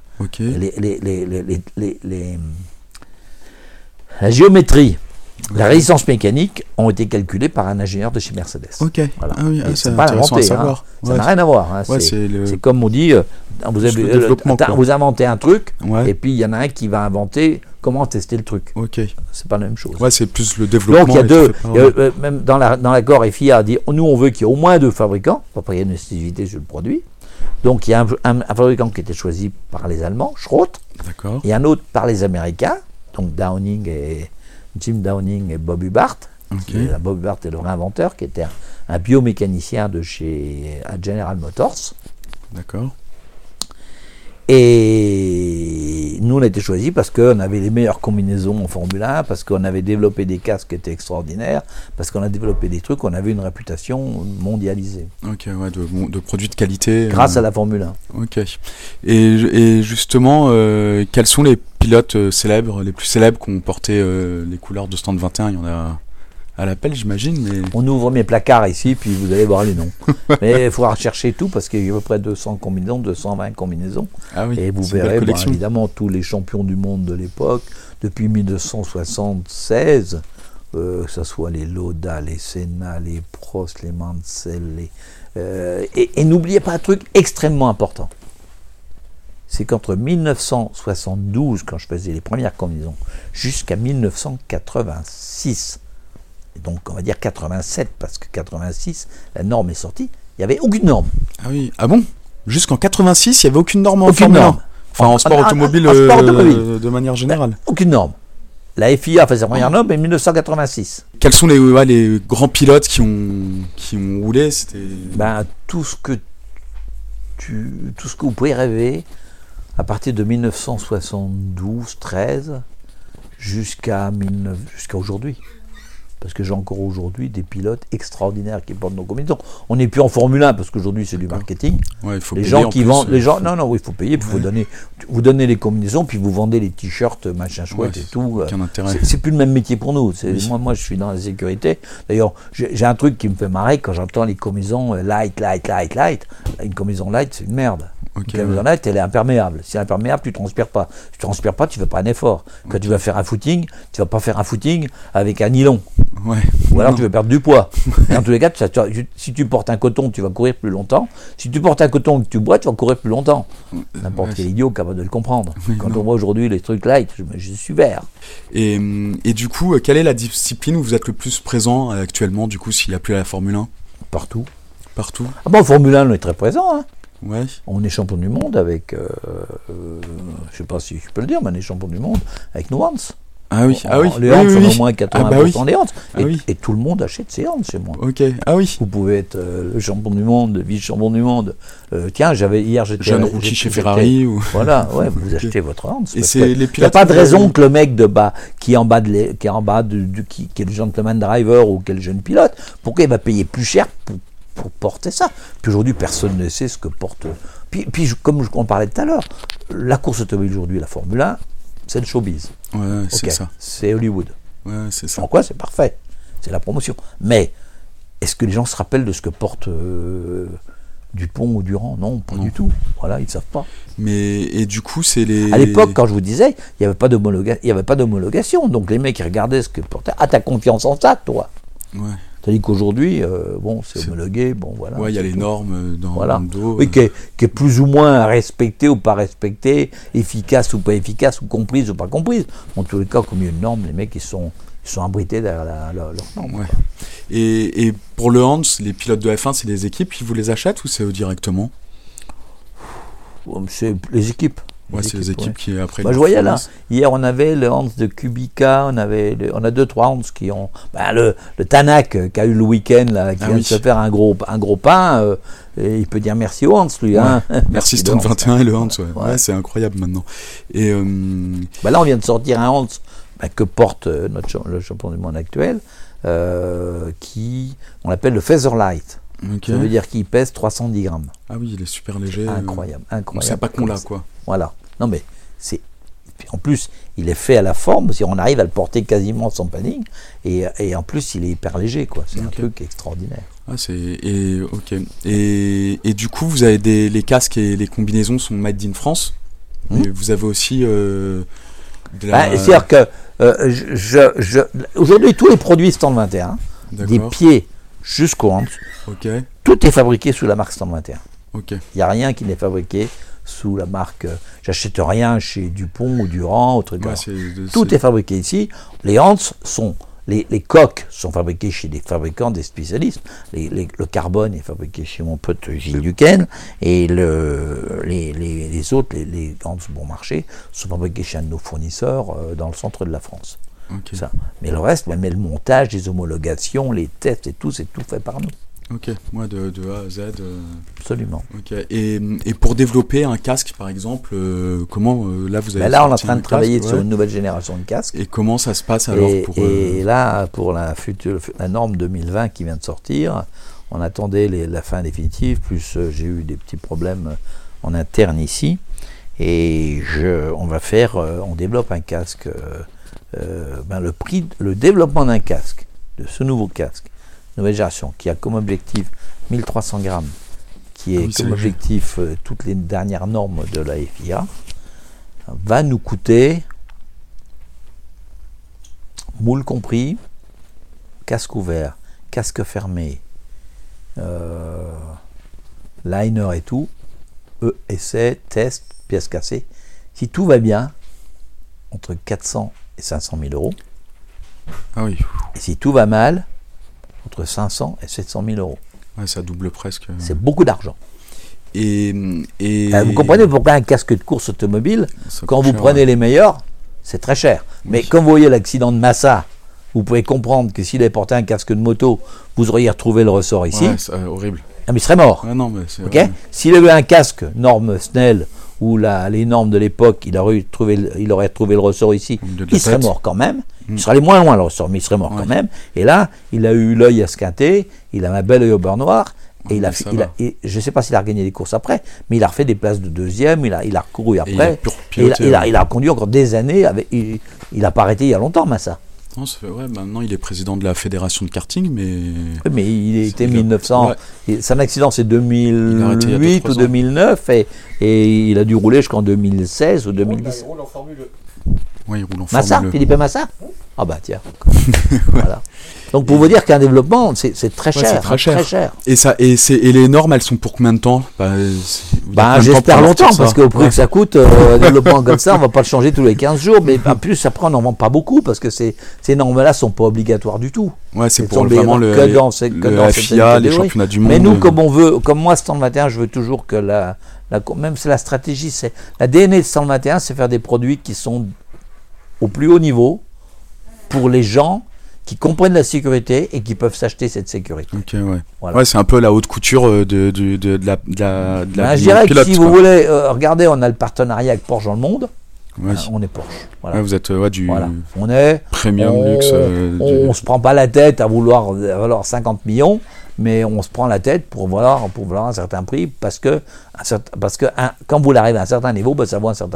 la géométrie, la résistance mécanique ont été calculées par un ingénieur de chez Mercedes. Ok. Voilà. Ah oui, c'est pas inventé. Ça n'a rien à voir. C'est comme on dit, vous inventez un truc, et puis il y en a un qui va inventer comment tester le truc. Ok. C'est pas la même chose. Ouais, c'est plus le développement. Donc il y a même dans l'accord FIA a dit, nous on veut qu'il y ait au moins 2 fabricants, pour pas qu'il y ait une exclusivité sur le produit. Donc il y a un fabricant qui était choisi par les Allemands, Schrott, et un autre par les Américains, donc Jim Downing et Bob Hubbard. Bob Hubbard est le réinventeur, qui était un biomécanicien de chez General Motors. D'accord. Et nous, on a été choisis parce qu'on avait les meilleures combinaisons en Formule 1, parce qu'on avait développé des casques qui étaient extraordinaires, parce qu'on a développé des trucs, on avait une réputation mondialisée. Ok, ouais, de produits de qualité. Grâce à la Formule 1. Ok. Et justement, quels sont les pilotes célèbres, les plus célèbres qui ont porté les couleurs de Stand 21 ? Il y en a à l'appel, j'imagine. Mais... On ouvre mes placards ici, puis vous allez voir les noms. Mais il faudra rechercher tout, parce qu'il y a à peu près 200 combinaisons, 220 combinaisons. Ah oui, et vous verrez, évidemment, tous les champions du monde de l'époque, depuis 1976, que ce soit les Lauda, les Senna, les Prost, les Mansell, et n'oubliez pas un truc extrêmement important. C'est qu'entre 1972, quand je faisais les premières combinaisons, jusqu'à 1986, donc on va dire 87, parce que 86, la norme est sortie, il n'y avait aucune norme. Ah oui, ah bon ? Jusqu'en 86, il n'y avait aucune norme en Formule 1 ? Enfin, en sport automobile de manière générale. Aucune norme. La FIA fait sa première norme en 1986. Quels sont les grands pilotes qui ont roulé ? C'était... Tout ce que vous pouvez rêver, à partir de 1972-13 jusqu'à aujourd'hui. Parce que j'ai encore aujourd'hui des pilotes extraordinaires qui portent nos combinaisons. On n'est plus en Formule 1 parce qu'aujourd'hui c'est du marketing. Ouais, il faut les payer gens qui plus, vendent, il faut payer, puis vous donnez les combinaisons, puis vous vendez les t-shirts, machin chouette et tout. C'est plus le même métier pour nous. Moi je suis dans la sécurité. D'ailleurs, j'ai un truc qui me fait marrer quand j'entends les combinaisons light. Une combinaison light, c'est une merde. Une combinaison light, elle est imperméable. Si elle est imperméable, tu transpires pas. Si tu transpires pas, tu fais pas un effort. Quand tu vas faire un footing, tu vas pas faire un footing avec un nylon. Ouais. Ou alors tu veux perdre du poids. Et en tous les cas, si tu portes un coton, tu vas courir plus longtemps. Si tu portes un coton que tu bois, tu vas courir plus longtemps. N'importe quel idiot est capable de le comprendre. Quand on voit aujourd'hui les trucs light, je suis vert. Et du coup, quelle est la discipline où vous êtes le plus présent actuellement, du coup, s'il n'y a plus la Formule 1 ? Partout. Partout ? Ah bon, Formule 1, on est très présent. Hein. Ouais. On est champion du monde avec, je sais pas si je peux le dire, mais on est champion du monde avec nos Hans. Ah oui, les Hans sont au moins 80% des Hans. Et tout le monde achète ses Hans chez moi. Ok, ah oui. Vous pouvez être le champion du monde, le vice-champion du monde. Tiens, hier j'étais... Jeune rookie chez Ferrari. Voilà, ouais, vous achetez votre Hans. Et c'est les pilotes... Il n'y a pas de raison que le mec de bas, qui est le gentleman driver ou qui est le jeune pilote, pourquoi il va payer plus cher pour porter ça. Puis aujourd'hui, personne ne sait ce que porte... Puis comme on parlait tout à l'heure, la course automobile aujourd'hui, la Formule 1, c'est le showbiz. Ouais, c'est Ok, ça. c'est Hollywood. Ouais, c'est ça. En quoi c'est parfait, c'est la promotion. Mais est-ce que les gens se rappellent de ce que porte Dupont ou Durand? Non, pas du tout. Voilà, ils ne savent pas. Et du coup, c'est les. À l'époque, quand je vous disais, il n'y avait pas d'homologation. Donc les mecs, ils regardaient ce que portait. Ah, t'as confiance en ça, toi? Ouais. Tandis qu'aujourd'hui, c'est homologué, voilà. Ouais, il y a les normes dans le dos. Oui, qui est plus ou moins respectée ou pas respectée, efficace ou pas efficace, ou comprise ou pas comprise. En tous les cas, comme il y a une norme, les mecs, ils sont abrités derrière leur norme. Ouais. Et pour le Hans, les pilotes de F1, c'est des équipes qui vous les achètent ou c'est eux directement? C'est les équipes. Ouais, c'est les équipes qui après. Je voyais là, hier on avait le Hans de Kubica, on a 2-3 Hans qui ont. Le Tanak qui a eu le week-end là, qui vient de se faire un gros pain, et il peut dire merci au Hans lui. Ouais. Hein. Merci Stone 21 et le Hans, ouais, c'est incroyable maintenant. Et là on vient de sortir un Hans que porte le champion du monde actuel, qui on l'appelle le Featherlight. Okay. Ça veut dire qu'il pèse 310 grammes. Ah oui, il est super léger. Incroyable. C'est pas qu'on l'a, quoi. Voilà. Non mais en plus, il est fait à la forme, si on arrive à le porter quasiment sans padding, et en plus, il est hyper léger, quoi. C'est un truc extraordinaire. Ah, ok. Et du coup, vous avez les casques et les combinaisons sont made in France. Et vous avez aussi c'est-à-dire que aujourd'hui, tous les produits Stand 21, des pieds jusqu'au Hans, tout est fabriqué sous la marque Stand 21. Il n'y a rien qui n'est fabriqué sous la marque. J'achète rien chez Dupont ou Durand, ou truc. Tout est fabriqué ici. Les Hans sont. Les coques sont fabriquées chez des fabricants, des spécialistes. Le carbone est fabriqué chez mon pote Gilles Duquesne. Et les autres, les Hans bon marché, sont fabriqués chez un de nos fournisseurs dans le centre de la France. Ça. Mais le reste, même le montage, les homologations, les tests et tout, c'est tout fait par nous. Ok, moi de A à Z. Absolument. Ok. Et pour développer un casque, par exemple, comment là vous avez. Là, on est en train de travailler sur une nouvelle génération de casques. Et comment ça se passe alors Et là, pour la norme 2020 qui vient de sortir, on attendait la fin définitive. Plus j'ai eu des petits problèmes en interne ici, et on développe un casque. Le développement d'un casque, de ce nouveau casque, nouvelle génération, qui a comme objectif 1300 grammes, qui est comme objectif toutes les dernières normes de la FIA, va nous coûter, moule compris, casque ouvert, casque fermé, liner et tout, essai, test, pièces cassées. Si tout va bien, entre 400 et 500 000 euros. Ah oui. Et si tout va mal, entre 500 et 700 000 euros. Ouais, ça double presque. C'est beaucoup d'argent. Et vous comprenez pourquoi un casque de course automobile, quand vous prenez les meilleurs, c'est très cher. Mais comme vous voyez l'accident de Massa, vous pouvez comprendre que s'il avait porté un casque de moto, vous auriez retrouvé le ressort ici. Ouais, c'est horrible. Ah, mais il serait mort. Ah non, mais c'est S'il avait un casque norme Snell, ou les normes de l'époque, il aurait trouvé le ressort ici, il serait mort quand même. Il serait allé moins loin le ressort, mais il serait mort quand même. Et là, il a eu l'œil à esquinté, il a un bel œil au beurre noir, et je ne sais pas s'il a regagné des courses après, mais il a refait des places de deuxième, il a recouru après, et il a conduit encore des années, il n'a pas arrêté il y a longtemps, Massa. Non, maintenant il est président de la fédération de karting, mais. Oui, mais il était 1900. Ouais. Son accident c'est 2008 ou 2009 et il a dû rouler jusqu'en 2016 ou 2010. Il roule en Formule 2. Oui, il roule en Massa, Formule 2. Philippe Massa. Ah bah tiens. Voilà. Donc pour vous dire qu'un développement c'est très cher. C'est très cher. Et les normes, elles sont pour combien de temps? J'espère longtemps, parce qu'au prix que ça coûte, un développement comme ça, on ne va pas le changer tous les 15 jours, mais en plus, après, on n'en vend pas beaucoup, parce que ces normes-là ne sont pas obligatoires du tout. Ouais, c'est pour vraiment le FIA, les championnats du monde. Mais nous, comme moi, Stand 21, je veux toujours que même c'est la stratégie, c'est la DNA de Stand 21, c'est faire des produits qui sont au plus haut niveau pour les gens qui comprennent la sécurité et qui peuvent s'acheter cette sécurité. Ok, ouais. Voilà. Ouais, c'est un peu la haute couture de la je dirais que si vous voulez, regardez, on a le partenariat avec Porsche dans le monde. Ouais. On est Porsche. Voilà. Ouais, vous êtes du on est premium luxe. On se prend pas la tête à vouloir 50 millions, mais on se prend la tête pour vouloir un certain prix, parce que quand vous arrivez à un certain niveau, ça vaut un certain prix.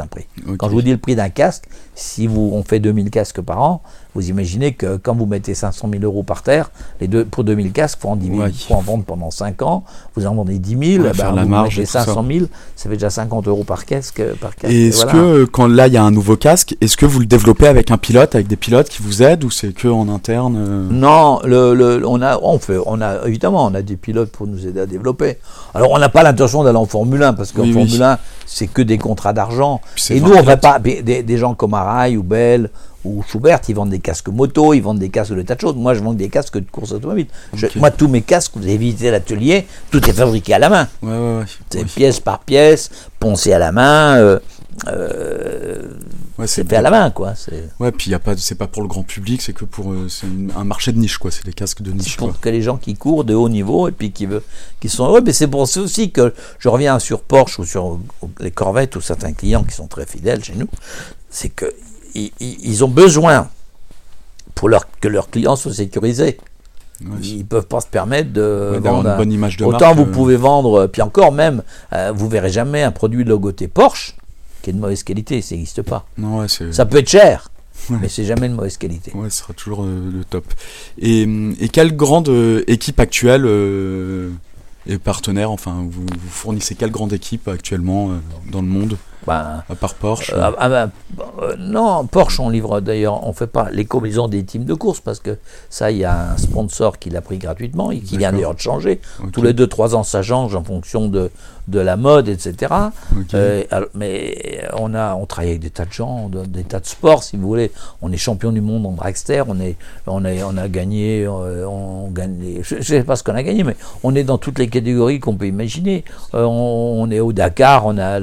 Ok. Quand je vous dis le prix d'un casque, si on fait 2000 casques par an, vous imaginez que quand vous mettez 500 000 euros par terre, pour 2000 casques, il faut en vendre pendant 5 ans, vous en vendez 10 000, faire la vous marge mettez et tout ça. 500 000, ça fait déjà 50 euros par casque. Et est-ce que quand là il y a un nouveau casque, est-ce que vous le développez avec un pilote, avec des pilotes qui vous aident, ou c'est que en interne Non, évidemment, on a des pilotes pour nous aider à développer. Alors, on n'a pas l'intention d'aller en Formule 1, parce qu'en Formule 1, c'est que des contrats d'argent. Et nous, on ne va pas. Des gens comme Arai ou Bell ou Schubert, ils vendent des casques moto, ils vendent des casques de tas de choses. Moi, je vends des casques de course automobile. Moi, tous mes casques, vous avez visité l'atelier, tout est fabriqué à la main. Ouais. C'est pièce par pièce, poncé à la main. C'est fait à la main, quoi. Ouais, puis c'est pas pour le grand public, c'est que pour un marché de niche, quoi. C'est des casques de niche. C'est pour que les gens qui courent de haut niveau et puis qui sont heureux. Mais c'est pour ça aussi que je reviens sur Porsche ou sur les Corvettes ou certains clients qui sont très fidèles chez nous. C'est que ils ont besoin que leurs clients soient sécurisés. Ouais. Ils ne peuvent pas se permettre de vendre une bonne image de autant marque. Vous pouvez vendre, puis encore même, vous verrez jamais un produit logoté Porsche qui est de mauvaise qualité, ça n'existe pas. Non, ça peut être cher, mais c'est jamais de mauvaise qualité. Ouais, ce sera toujours le top. Et quelle grande équipe actuelle et partenaire, enfin, vous fournissez quelle grande équipe actuellement dans le monde, à part Porsche non, Porsche, on livre d'ailleurs, on fait pas les combinaisons des teams de course parce que ça, il y a un sponsor qui l'a pris gratuitement et qui vient d'ailleurs de changer. Okay. Tous les 2-3 ans, ça change en fonction de la mode, etc. Okay. Mais on travaille avec des tas de gens, des tas de sports, si vous voulez. On est champion du monde en dragster, on a gagné, je ne sais pas ce qu'on a gagné, mais on est dans toutes les catégories qu'on peut imaginer. On est au Dakar, on a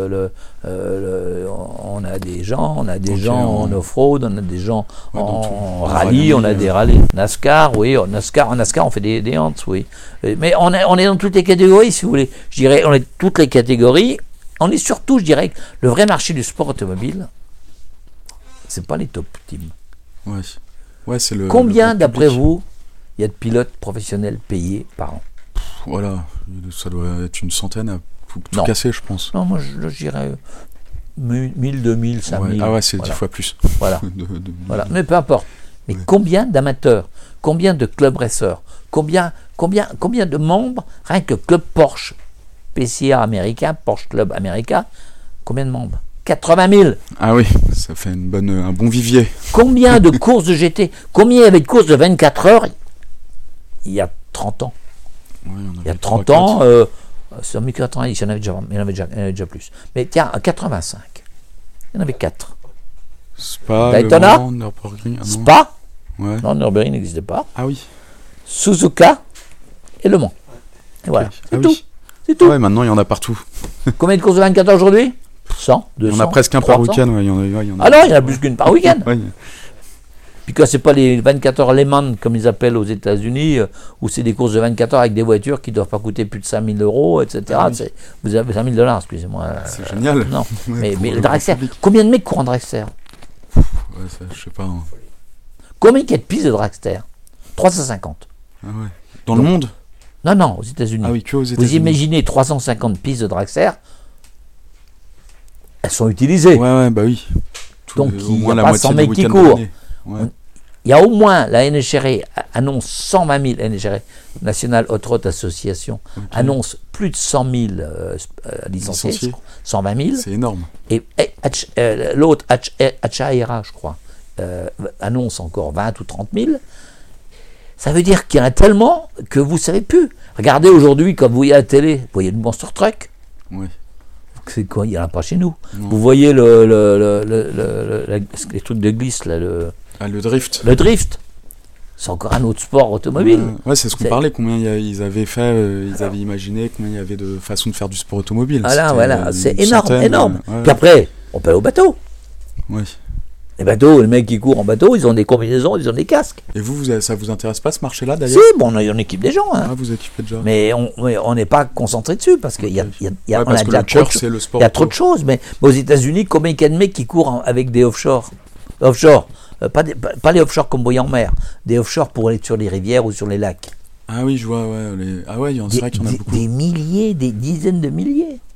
on a des gens en off-road, on a des gens en rallye, on a des rallyes NASCAR, oui, en NASCAR on fait des Hunts, oui. Mais on est dans toutes les catégories, si vous voulez. Je dirais, on est toutes les catégories. On est surtout, je dirais, le vrai marché du sport automobile, c'est pas les top teams. Ouais, c'est Combien, d'après vous, il y a de pilotes professionnels payés par an? Voilà, ça doit être une centaine à tout casser, je pense. Non, moi je dirais 1000, 2000, 5000. Ah ouais, c'est 10 fois plus. Voilà. Voilà. Mais peu importe. Mais combien d'amateurs, combien de club racers, combien de membres, rien que club Porsche, PCA américain, Porsche Club américain, combien de membres? 80 000. Ah oui, ça fait un bon vivier. Combien de courses de GT? Combien il y avait de courses de 24 heures il y a 30 ans? Il y a 30 ans, sur 1990, il y en avait déjà plus. Mais tiens, en 85, il y en avait 4. Spa, Daytona, Nürburgring, Spa, ouais. Non, Nürburgring n'existait pas. Ah oui. Suzuka et Le Mans. Et voilà, c'est tout. Oui. C'est tout. Ouais, maintenant il y en a partout. Combien de courses de 24 heures aujourd'hui? 100, 200. Il y en a presque un 300. par week-end. Ouais, il y en a. Ah non, il y en a plus qu'une par week-end. Ouais. Puis quand c'est pas les 24 heures Le Mans, comme ils appellent aux États-Unis, où c'est des courses de 24 heures avec des voitures qui ne doivent pas coûter plus de 5 000 euros, etc. Ah oui. Vous avez 5 000 $, excusez-moi. C'est génial. Non, Ouais, mais le dragster, combien de mecs courent en dragster? Ouais, ça, je sais pas. Hein. Combien il y a de pistes de dragster? 350. Ah ouais. Dans le monde? Non, aux États-Unis. Ah oui, que aux États-Unis. Vous imaginez 350 pistes de dragster, elles sont utilisées. Ouais, bah oui. Donc il n'y a pas 100 mecs qui courent. Ouais. Il y a au moins, la NHRA annonce 120 000, NHRA, National Hot Rod Association, annonce plus de 100 000 licenciés, 120 000. C'est énorme. Et l'autre, HARA, je crois, annonce encore 20 ou 30 000. Ça veut dire qu'il y en a tellement que vous ne savez plus. Regardez aujourd'hui, quand vous voyez à la télé, vous voyez le Monster Truck. Ouais. C'est quoi? Il n'y en a pas chez nous. Non. Vous voyez les trucs de glisse, là, le drift. Le drift. C'est encore un autre sport automobile. Ouais, c'est ce qu'on parlait, combien ils avaient fait, ils avaient imaginé combien il y avait de façons de faire du sport automobile. Voilà, c'est énorme. Ouais. Puis après, on peut aller au bateau. Ouais. Les bateaux, les mecs qui courent en bateau, ils ont des combinaisons, ils ont des casques. Et ça vous intéresse pas ce marché-là d'ailleurs? Si, bon, on équipe des gens. Hein. Ah, vous équipez déjà. Mais on n'est pas concentré dessus parce qu'il y a il y a trop de choses. Mais aux États-Unis, combien il y a de mecs qui courent avec des offshore? Pas les offshore comme vous voyez en mer, des offshore pour aller sur les rivières ou sur les lacs. Ah oui, je vois, ouais. Ah ouais, c'est vrai qu'il y en a beaucoup. Des milliers, des dizaines de milliers.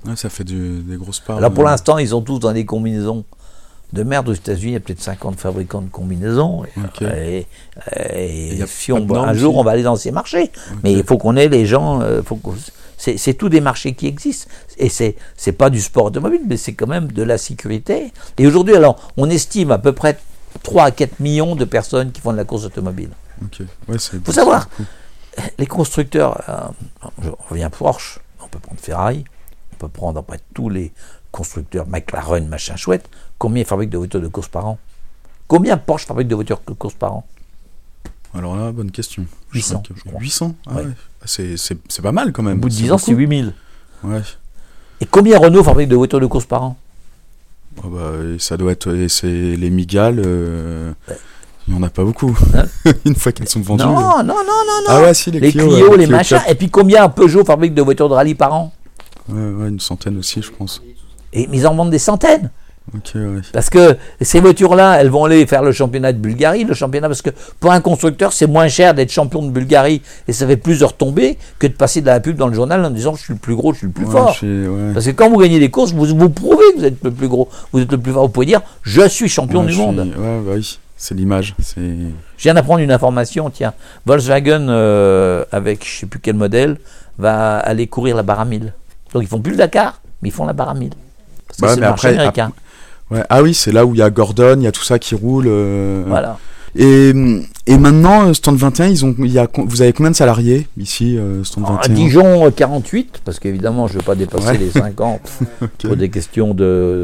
Ouais, ça fait des grosses parts. Alors pour l'instant, ils sont tous dans des combinaisons de merde. Aux États-Unis, il y a peut-être 50 fabricants de combinaisons. Et si un jour, on va aller dans ces marchés. Mais il faut qu'on ait les gens. C'est tous des marchés qui existent. Et c'est pas du sport automobile, mais c'est quand même de la sécurité. Et aujourd'hui, alors, on estime à peu près 3 à 4 millions de personnes qui font de la course automobile. Il faut savoir, les constructeurs, je reviens à Porsche, on peut prendre Ferrari, on peut prendre après tous les constructeurs, McLaren, machin chouette, combien ils fabriquent de voitures de course par an? Combien Porsche fabrique de voitures de course par an? Alors là, bonne question. 800, je crois. 800 ouais. C'est pas mal quand même. Au bout de 10 ans, c'est 8000. Ouais. Et combien Renault fabrique de voitures de course par an? Ça doit être les Migales. Il n'y en a pas beaucoup. Hein? Une fois qu'elles sont vendues. Non. Ah ouais, si, les Clio, les machins. Et puis combien Peugeot fabrique de voitures de rallye par an? Ouais, une centaine aussi, je pense. Mais ils en vendent des centaines. Ok, ouais. Parce que ces voitures-là, elles vont aller faire le championnat de Bulgarie, parce que pour un constructeur, c'est moins cher d'être champion de Bulgarie et ça fait plus de retombées que de passer de la pub dans le journal en disant je suis le plus gros, je suis le plus fort. Parce que quand vous gagnez des courses, vous prouvez que vous êtes le plus gros, vous êtes le plus fort. Vous pouvez dire je suis champion du monde. Oui, c'est l'image. Je viens d'apprendre une information, tiens. Volkswagen, avec je ne sais plus quel modèle, va aller courir la barre à 1000. Donc ils font plus le Dakar, mais ils font la barre à 1000. Parce que c'est le marché américain. Ah oui, c'est là où il y a Gordon, il y a tout ça qui roule. Voilà. Et maintenant, Stand 21, vous avez combien de salariés ici, Stand 21? À Dijon, 48, parce qu'évidemment, je ne veux pas dépasser les 50 pour des questions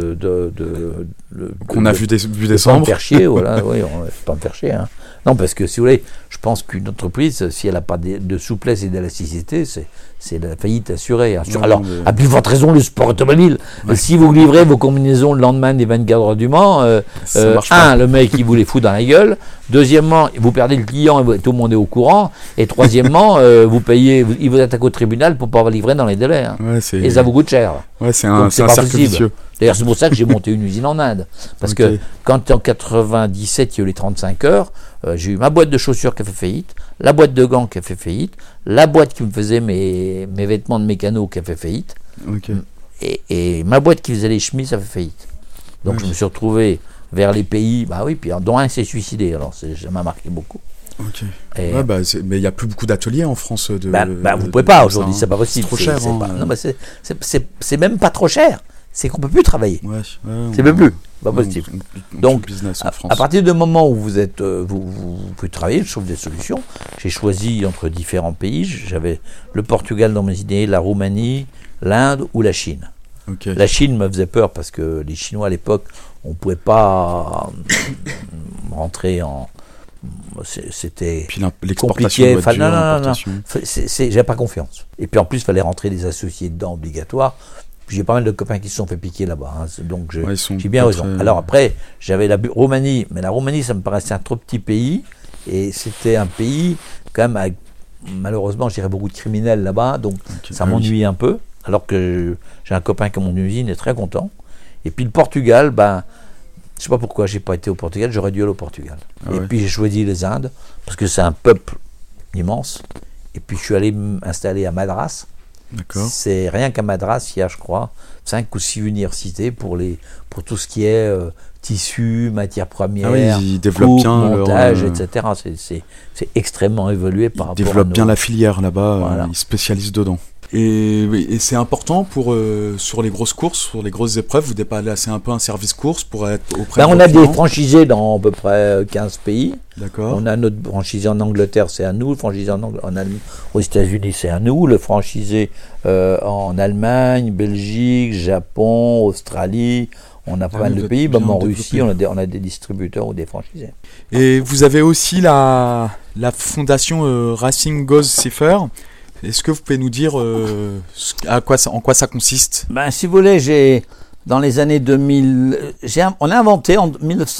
qu'on a vu décembre. Pas me faire chier, voilà. Oui, on ne va pas me faire chier. Hein. Non, parce que si vous voulez, je pense qu'une entreprise, si elle n'a pas de souplesse et d'élasticité, c'est la faillite assurée. Hein. Alors, à plus forte raison, le sport automobile. Si vous livrez vos combinaisons le lendemain des 24 heures du Mans, le mec, il vous les fout dans la gueule. Deuxièmement, vous perdez le client et tout le monde est au courant. Et troisièmement, vous payez, il vous attaque au tribunal pour ne pas livrer dans les délais. Hein. Et ça vous coûte cher. Ouais, c'est un cercle vicieux. D'ailleurs, c'est pour ça que j'ai monté une usine en Inde. Parce que quand en 97, il y a eu les 35 heures, j'ai eu ma boîte de chaussures qui a fait faillite, la boîte de gants qui a fait faillite, la boîte qui me faisait mes vêtements de mécano qui a fait faillite, et ma boîte qui faisait les chemises a fait faillite. Donc je me suis retrouvé vers les pays, puis dont un s'est suicidé, alors ça m'a marqué beaucoup. Mais il n'y a plus beaucoup d'ateliers en France. Vous ne pouvez pas aujourd'hui, c'est pas possible. C'est trop cher. C'est même pas trop cher. C'est qu'on ne peut plus travailler. C'est même plus. Pas possible. Donc, à partir du moment où vous êtes, vous pouvez travailler, je trouve des solutions. J'ai choisi entre différents pays. J'avais le Portugal dans mes idées, la Roumanie, l'Inde ou la Chine. La Chine me faisait peur parce que les Chinois à l'époque, on ne pouvait pas rentrer en. C'était compliqué. Non. J'avais pas confiance. Et puis en plus, il fallait rentrer des associés dedans obligatoires. J'ai pas mal de copains qui se sont fait piquer là-bas, hein, donc j'ai bien raison. Alors après, j'avais la Roumanie, mais la Roumanie, ça me paraissait un trop petit pays, et c'était un pays, quand même, avec, malheureusement, j'irais beaucoup de criminels là-bas, donc ça m'ennuie un peu, alors que j'ai un copain qui a mon usine, est très content. Et puis le Portugal, je sais pas pourquoi j'ai pas été au Portugal, j'aurais dû aller au Portugal. Puis j'ai choisi les Indes, parce que c'est un peuple immense, et puis je suis allé m'installer à Madras. C'est rien qu'à Madras, il y a, je crois, 5 ou 6 universités pour tout ce qui est tissu, matières premières, ils développent bien montage, etc. C'est extrêmement évolué par rapport à Ils développent bien la filière là-bas, ils spécialisent dedans. Et c'est important sur les grosses courses, sur les grosses épreuves, vous dépassez un peu un service course pour être auprès de on a des franchisés dans à peu près 15 pays. D'accord. On a notre franchisé en Angleterre, c'est à nous. Le franchisé aux États-Unis, c'est à nous. Le franchisé en Allemagne, Belgique, Japon, Australie. On a pas mal de pays. Même en Russie, on a des distributeurs ou des franchisés. Et vous avez aussi la fondation Racing Goes Safer. Est-ce que vous pouvez nous dire en quoi ça consiste ? Si vous voulez, dans les années 2000, on a inventé en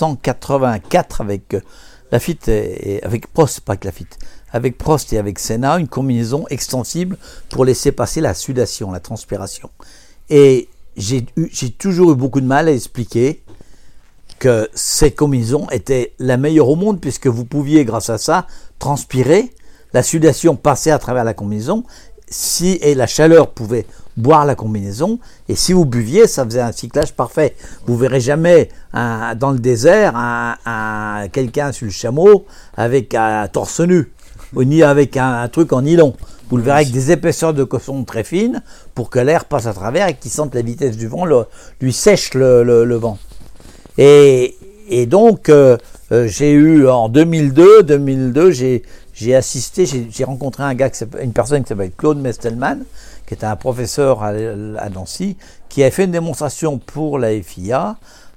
1984 avec Lafitte et avec Prost, pas avec Lafitte, avec Prost et avec Senna, une combinaison extensible pour laisser passer la sudation, la transpiration. Et j'ai toujours eu beaucoup de mal à expliquer que cette combinaison était la meilleure au monde, puisque vous pouviez, grâce à ça, transpirer. La sudation passait à travers la combinaison et la chaleur pouvait boire la combinaison, et si vous buviez, ça faisait un cyclage parfait. Vous verrez jamais dans le désert quelqu'un sur le chameau avec un torse nu, ni avec un truc en nylon. Vous le verrez avec des épaisseurs de coton très fines pour que l'air passe à travers et qu'il sente la vitesse du vent, lui sèche le vent. Et donc, j'ai eu en 2002 j'ai assisté, j'ai rencontré une personne qui s'appelle Claude Mestelman, qui était un professeur à Nancy, qui a fait une démonstration pour la FIA,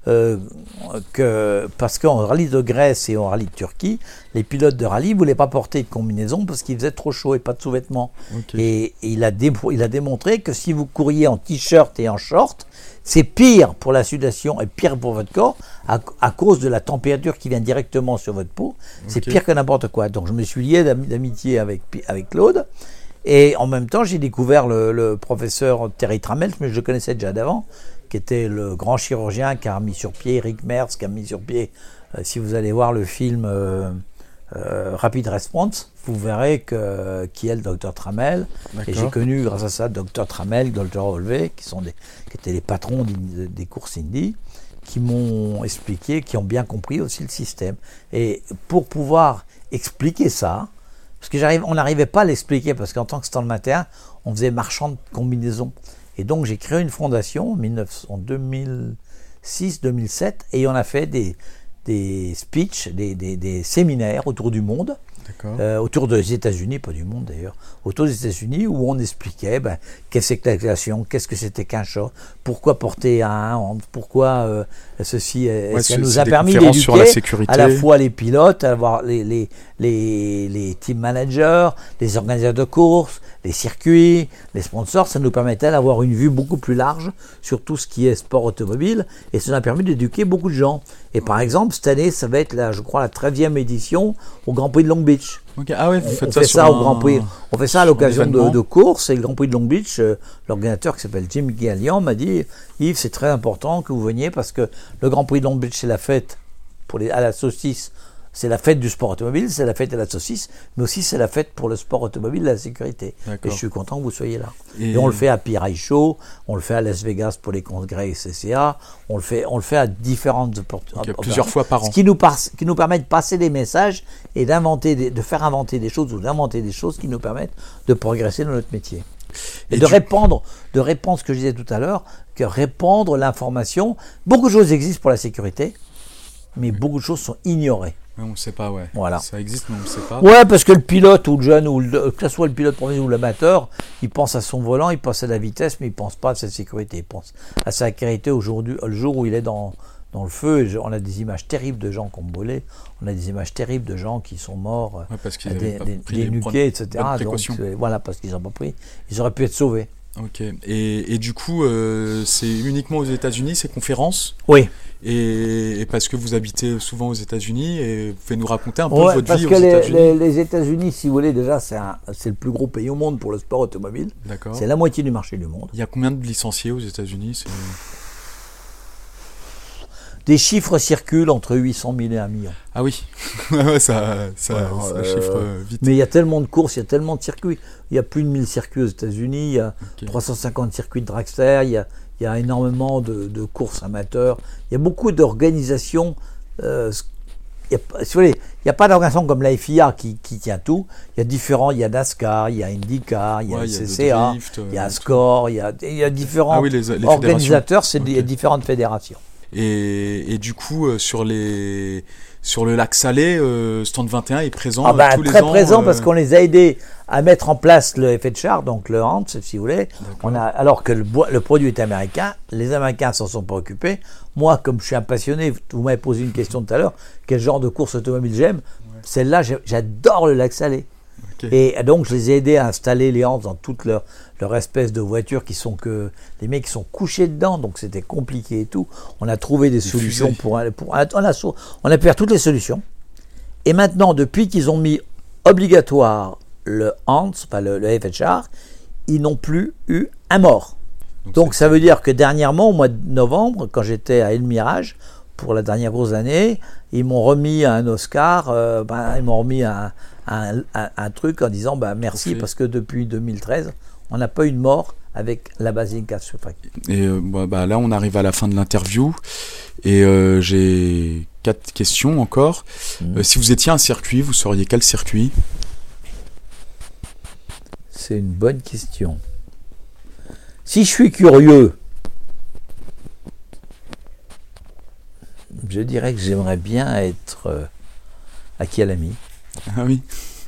parce qu'en rallye de Grèce et en rallye de Turquie, les pilotes de rallye ne voulaient pas porter de combinaison parce qu'il faisait trop chaud et pas de sous-vêtements. Et il a démontré que si vous couriez en t-shirt et en short, c'est pire pour la sudation et pire pour votre corps à cause de la température qui vient directement sur votre peau. C'est pire que n'importe quoi. Donc je me suis lié d'amitié avec Claude. Et en même temps, j'ai découvert le professeur Terry Trammell, mais je le connaissais déjà d'avant, qui était le grand chirurgien qui a mis sur pied, Rick Merz, qui a mis sur pied, si vous allez voir le film Rapid Response, vous verrez qui est le docteur Trammell. Et j'ai connu grâce à ça docteur Trammell, Dr. Olvey, qui étaient les patrons des courses Indy, qui m'ont expliqué, qui ont bien compris aussi le système. Et pour pouvoir expliquer ça, parce qu'on n'arrivait pas à l'expliquer, parce qu'en tant que stand matin, on faisait marchand de combinaisons. Et donc j'ai créé une fondation en 2006-2007, et on a fait des speeches, des séminaires autour du monde, autour des États-Unis, pas du monde d'ailleurs, autour des États-Unis, où on expliquait qu'est-ce que c'est que l'aviation, qu'est-ce que c'était qu'un short, pourquoi porter un hand, pourquoi ceci. Ça nous a permis d'éduquer à la fois les pilotes, à avoir les team managers, les organisateurs de courses, les circuits, les sponsors. Ça nous permettait d'avoir une vue beaucoup plus large sur tout ce qui est sport automobile, et ça nous a permis d'éduquer beaucoup de gens. Et par exemple, cette année, ça va être je crois la 13e édition au Grand Prix de Long Beach. Ah ouais, vous faites on fait ça au Grand Prix. On fait ça à l'occasion de courses, et le Grand Prix de Long Beach, l'organisateur qui s'appelle Jim Gallian m'a dit: Yves, c'est très important que vous veniez, parce que le Grand Prix de Long Beach, c'est la fête à la saucisse. C'est la fête du sport automobile, c'est la fête à la saucisse, mais aussi c'est la fête pour le sport automobile et la sécurité. Et je suis content que vous soyez là. Et on le fait à Pirelli Show, on le fait à Las Vegas pour les congrès CCA, on le fait à différentes opportunités. Plusieurs fois par an. Ce qui nous permet de passer des messages et de faire inventer des choses, ou d'inventer des choses qui nous permettent de progresser dans notre métier. Et de répandre ce que je disais tout à l'heure, que répandre l'information. Beaucoup de choses existent pour la sécurité, mais beaucoup de choses sont ignorées. On ne sait pas, Voilà. Ça existe, mais on ne sait pas. Ouais, parce que le pilote ou le jeune, que ce soit le pilote professionnel ou l'amateur, il pense à son volant, il pense à la vitesse, mais il ne pense pas à sa sécurité. Il pense à sa sécurité aujourd'hui, le jour où il est dans le feu. On a des images terribles de gens qui ont brûlé, on a des images terribles de gens qui sont morts, parce qu'ils n'avaient pas pris dénuqués, etc. Donc, voilà, parce qu'ils n'ont pas pris. Ils auraient pu être sauvés. Ok. Et du coup, c'est uniquement aux États-Unis ces conférences ? Oui. Et parce que vous habitez souvent aux États-Unis, et vous pouvez nous raconter un peu votre vie aux États-Unis. États-Unis. Parce que les États-Unis, si vous voulez, déjà, c'est le plus gros pays au monde pour le sport automobile. D'accord. C'est la moitié du marché du monde. Il y a combien de licenciés aux États-Unis ? Des chiffres circulent entre 800 000 et 1 million. Ah oui, ça chiffre vite. Mais il y a tellement de courses, il y a tellement de circuits. Il y a plus de 1000 circuits aux États-Unis, il y a 350 circuits de dragster, il y a énormément de courses amateurs. Il y a beaucoup d'organisations. Si vous voulez, il n'y a pas d'organisation comme la FIA qui tient tout. Il y a NASCAR, il y a IndyCar, il y a CCA, il y a Score, il y a différents les organisateurs, c'est différentes fédérations. Et du coup, sur le lac Salé, Stand 21 est présent tous les ans. Très présent, parce qu'on les a aidés à mettre en place le FHR, donc le HANT, si vous voulez. Alors que le produit est américain, les Américains s'en sont pas occupés. Moi, comme je suis un passionné, vous m'avez posé une question tout à l'heure, quel genre de course automobile j'aime ? Celle-là, j'adore le lac Salé. Et donc, je les ai aidés à installer les HANT dans toute leur espèce de voitures les mecs sont couchés dedans, donc c'était compliqué et tout. On a trouvé des solutions on a pu faire toutes les solutions. Et maintenant, depuis qu'ils ont mis obligatoire le HANT, enfin le FHR, ils n'ont plus eu un mort. Donc ça veut dire que dernièrement, au mois de novembre, quand j'étais à El Mirage, pour la dernière grosse année, ils m'ont remis un Oscar, ils m'ont remis un un truc en disant merci parce que depuis 2013, on n'a pas eu de mort avec la basilingue sulfac. Et là, on arrive à la fin de l'interview et j'ai 4 questions encore. Si vous étiez un circuit, vous seriez quel circuit ? C'est une bonne question. Si je suis curieux, je dirais que j'aimerais bien être à Kyalami. Ah oui.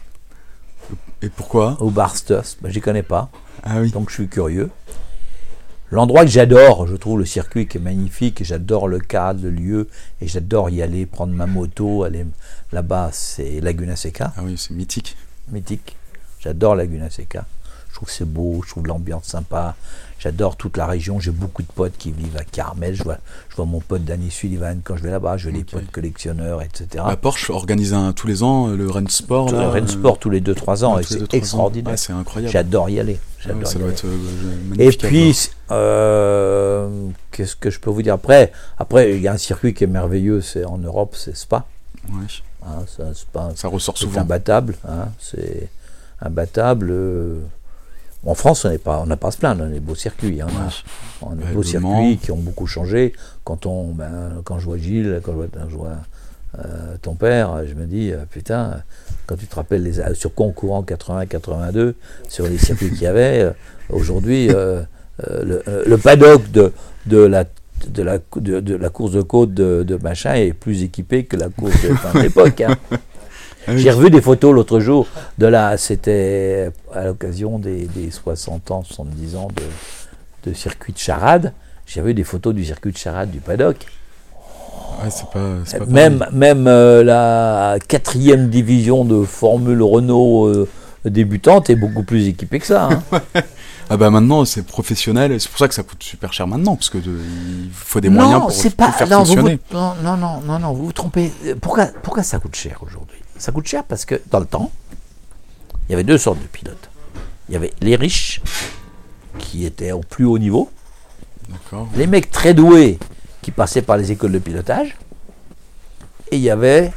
Et pourquoi ? Au Barsters, je ne connais pas. Ah oui. Donc je suis curieux. L'endroit que j'adore, je trouve le circuit qui est magnifique, et j'adore le cadre, le lieu, et j'adore y aller, prendre ma moto, aller là-bas, c'est Laguna Seca. Ah oui, c'est mythique. Mythique. J'adore Laguna Seca. Je trouve que c'est beau, je trouve l'ambiance sympa. J'adore toute la région. J'ai beaucoup de potes qui vivent à Carmel. Je vois mon pote Danny Sullivan quand je vais là-bas. Je vois les potes collectionneurs, etc. Porsche organise tous les ans le Rennsport. Le Rennsport tous les 2-3 ans. Et c'est extraordinaire. Ouais, c'est incroyable. J'adore y aller. Ça doit être magnifique. Et puis, qu'est-ce que je peux vous dire après, il y a un circuit qui est merveilleux. C'est en Europe, c'est Spa. Ouais. Spa. Ça ressort souvent. C'est imbattable. C'est imbattable. En France, on n'a pas à se plaindre, on a des beaux circuits. On a des beaux circuits qui ont beaucoup changé. Quand je vois Gilles, quand je vois ton père, je me dis, putain, quand tu te rappelles sur Concourant 80-82, sur les circuits qu'il y avait, aujourd'hui, le paddock de la course de côte de machin est plus équipé que la course de fin de l'époque. J'ai revu des photos l'autre jour c'était à l'occasion des 60 ans, 70 ans de circuit de charade. J'ai vu des photos du circuit de charade du paddock. Ouais, c'est pas même la 4e division de Formule Renault débutante est beaucoup plus équipée que ça. Maintenant c'est professionnel, c'est pour ça que ça coûte super cher maintenant, parce que il faut des moyens pour faire fonctionner. Non, vous vous trompez. Pourquoi ça coûte cher aujourd'hui ? Ça coûte cher parce que dans le temps, il y avait 2 sortes de pilotes. Il y avait les riches, qui étaient au plus haut niveau. D'accord. Les mecs très doués, qui passaient par les écoles de pilotage. Et il y avait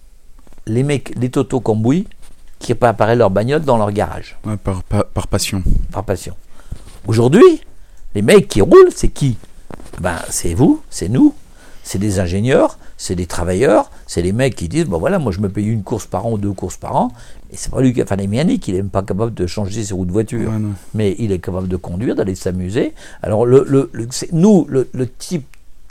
les totos cambouis, qui préparaient leur bagnole dans leur garage. Ouais, par passion. Par passion. Aujourd'hui, les mecs qui roulent, c'est qui ? C'est vous, c'est nous, c'est des ingénieurs, c'est des travailleurs, c'est les mecs qui disent moi je me paye 1 course par an ou 2 courses par an, et c'est pas lui qui a les mécaniques, il n'est même pas capable de changer ses roues de voiture, mais il est capable de conduire, d'aller s'amuser. Alors le type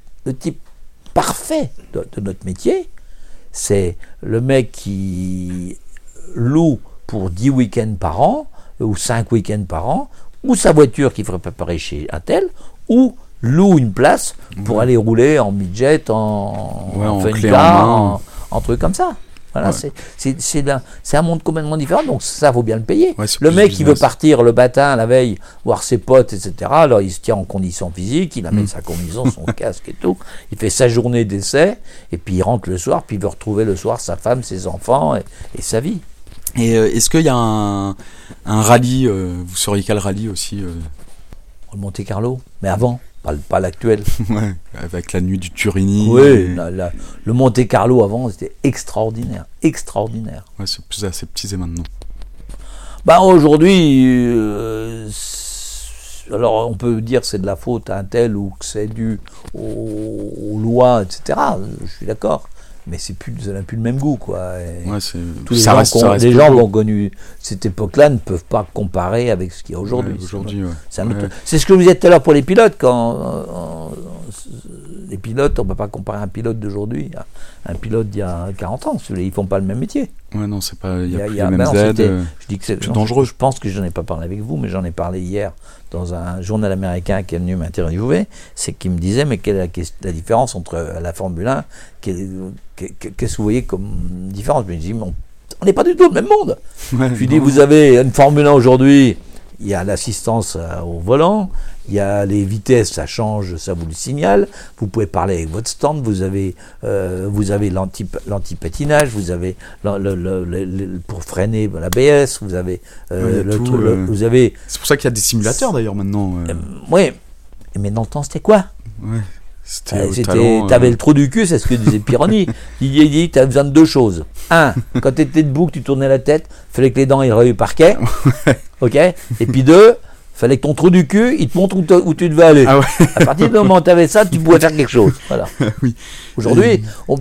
parfait de notre métier, c'est le mec qui loue pour 10 week-ends par an, ou 5 week-ends par an, ou sa voiture qu'il ferait préparer chez un tel, ou loue une place pour aller rouler en midget, en Funka, en truc comme ça. Voilà, c'est un monde complètement différent, donc ça vaut bien le payer. Le mec qui veut partir le matin, la veille, voir ses potes, etc., alors il se tient en condition physique, il amène sa combinaison, son casque et tout, il fait sa journée d'essai, et puis il rentre le soir, puis il veut retrouver le soir sa femme, ses enfants et sa vie. Et est-ce qu'il y a un rallye, vous sauriez quel rallye aussi Le Monte Carlo, mais avant. Pas l'actuel. Ouais, avec la nuit du Turini. Oui, le Monte Carlo avant, c'était extraordinaire. Extraordinaire. Ouais, c'est plus aseptisé maintenant. Aujourd'hui, alors on peut dire que c'est de la faute à un tel ou que c'est dû aux lois, etc. Je suis d'accord. Mais ça n'a plus le même goût, quoi. Tous les gens qui ont connu cette époque-là ne peuvent pas comparer avec ce qu'il y a aujourd'hui. C'est ce que je vous disais tout à l'heure pour les pilotes. Les pilotes, on ne peut pas comparer un pilote d'aujourd'hui à un pilote d'il y a 40 ans. Ils ne font pas le même métier. Ouais, non, c'est pas. Il y a plus les mêmes aides. Je dis que c'est dangereux. Je pense que je n'en ai pas parlé avec vous, mais j'en ai parlé hier dans un journal américain qui est venu m'interviewer. C'est qu'il me disait, mais quelle est la différence entre la Formule 1 qu'est-ce que vous voyez comme différence? Je me dis, on n'est pas du tout le même monde. Je lui dis, vous avez une Formule 1 aujourd'hui, il y a l'assistance au volant, il y a les vitesses, ça change, ça vous le signale. Vous pouvez parler avec votre stand, vous avez l'anti-patinage, vous avez pour freiner l'ABS, vous avez vous avez. C'est pour ça qu'il y a des simulateurs d'ailleurs maintenant. Oui, mais dans le temps c'était quoi? Ouais. T'avais le trou du cul, c'est ce que disait Pironi. Il dit t'as besoin de 2 choses. 1, quand t'étais debout, que tu tournais la tête, fallait que les dents ils reviennent au parquet. Ok. Et puis 2, fallait que ton trou du cul, il te montre où tu devais aller. Ah ouais. À partir du moment où tu avais ça, tu pouvais faire quelque chose. Voilà. Oui. Aujourd'hui,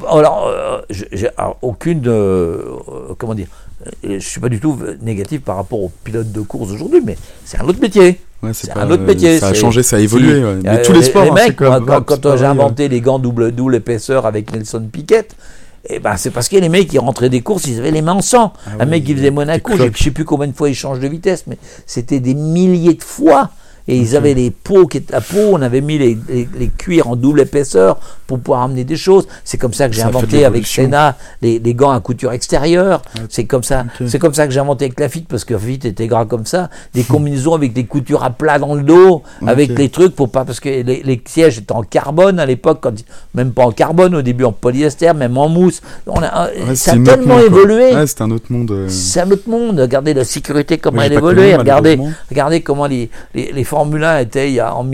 j'ai aucune. Comment dire, je suis pas du tout négatif par rapport aux pilotes de course aujourd'hui, mais c'est un autre métier. Ouais, c'est un autre métier. Ça a changé, ça a évolué. Mais tous les sports. Les mecs, quand j'ai inventé les gants double épaisseur avec Nelson Piquet, c'est parce que les mecs qui rentraient des courses, ils avaient les mains en sang. Un mec qui faisait Monaco, je ne sais plus combien de fois il change de vitesse, mais c'était des milliers de fois. Et ils avaient les peaux on avait mis les cuirs en double épaisseur pour pouvoir amener des choses. C'est comme ça que j'ai inventé avec Senna les gants à couture extérieure. C'est comme ça que j'ai inventé avec Lafitte, parce que Lafitte était gras comme ça, des combinaisons avec des coutures à plat dans le dos, avec les trucs parce que les sièges étaient en carbone à l'époque, même pas en carbone au début, en polyester, même en mousse. Ça a tellement évolué. C'est un autre monde. C'est un autre monde. Regardez la sécurité, comment elle évolue. Regardez comment les Formule 1 était en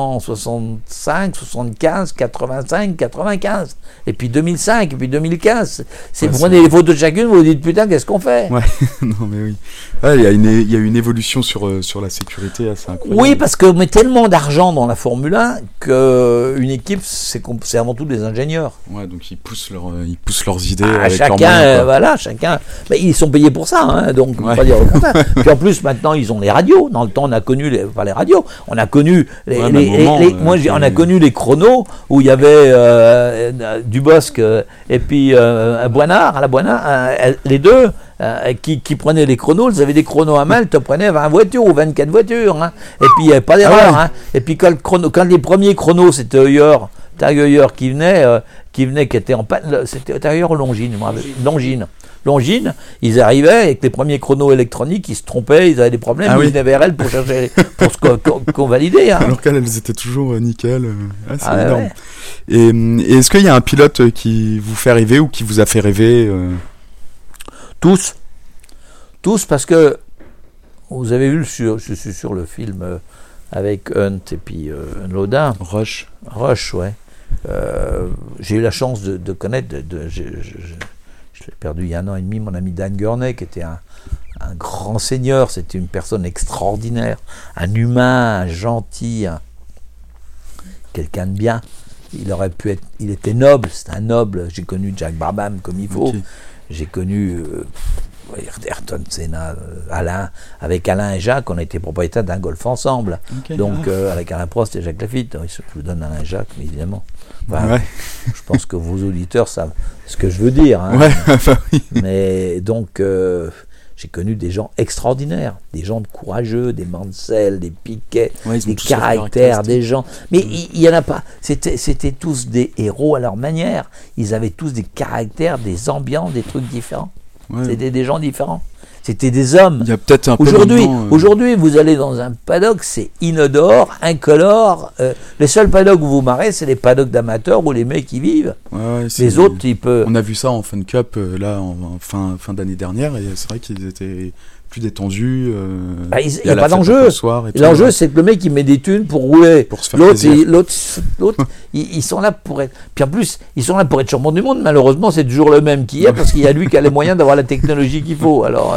1965, 75, 85, 95, et puis 2005, et puis 2015. Vous prenez les photos de chacune, vous vous dites putain, qu'est-ce qu'on fait ? Ouais, non mais oui. Il y a une évolution sur la sécurité assez incroyable. Oui, parce qu'on met tellement d'argent dans la Formule 1 qu'une équipe, c'est avant tout des ingénieurs. Ouais, donc ils poussent leurs idées avec leurs moyens. Chacun. Mais ils sont payés pour ça, hein, donc on ne peut pas dire le contraire. Puis en plus, maintenant, ils ont les radios. Dans le temps, on a connu les radios. On a connu on a connu les chronos où il y avait Dubosc et puis Boinard, les deux qui prenaient les chronos. Ils avaient des chronos à main, ils te prenaient 20 voitures ou 24 voitures. Hein. Et puis il n'y avait pas d'erreur. Hein. Et puis quand les premiers chronos, c'était Heuer qui était en panne, c'était Heuer ou Longines, ils arrivaient avec les premiers chronos électroniques, ils se trompaient, ils avaient des problèmes, ils venaient vers elles pour chercher, pour se convalider. Hein. Alors qu'elles étaient toujours nickel. C'est énorme. Ouais. Et est-ce qu'il y a un pilote qui vous fait rêver ou qui vous a fait rêver Tous, parce que vous avez vu, je suis sur le film avec Hunt et puis Lauda. Rush, ouais. J'ai eu la chance de connaître, je l'ai perdu il y a 1 an et demi, mon ami Dan Gurney, qui était un grand seigneur, c'était une personne extraordinaire, un humain, un gentil, quelqu'un de bien. Il était noble, c'était un noble. J'ai connu Jack Brabham comme il faut. Okay. J'ai connu Ayrton Senna, Alain. Avec Alain et Jacques, on a été propriétaires d'un golf ensemble. Okay, donc avec Alain Prost et Jacques Lafitte. Je vous donne Alain et Jacques, mais évidemment. Je pense que vos auditeurs savent ce que je veux dire. Hein. Oui. Mais donc, j'ai connu des gens extraordinaires, des gens courageux, des Mansell, des Piquet, des caractères, des gens. Mais il n'y en a pas. C'était tous des héros à leur manière. Ils avaient tous des caractères, des ambiances, des trucs différents. Ouais. C'était des gens différents. C'était des hommes. Il y a peut-être un peu aujourd'hui, vous allez dans un paddock, c'est inodore, incolore. Les seuls paddocks où vous marrez, c'est les paddocks d'amateurs où les mecs qui vivent. Les autres, ils peuvent. On a vu ça en Fun Cup là en fin d'année dernière, et c'est vrai qu'ils étaient plus détendus. Il n'y a pas d'enjeu. L'enjeu, c'est que le mec il met des thunes pour rouler. Pour se faire plaisir. L'autre, ils sont là pour être. Puis en plus, ils sont là pour être champion du monde. Malheureusement, c'est toujours le même qui est, parce qu'il y a lui qui a les moyens d'avoir la technologie qu'il faut. Alors,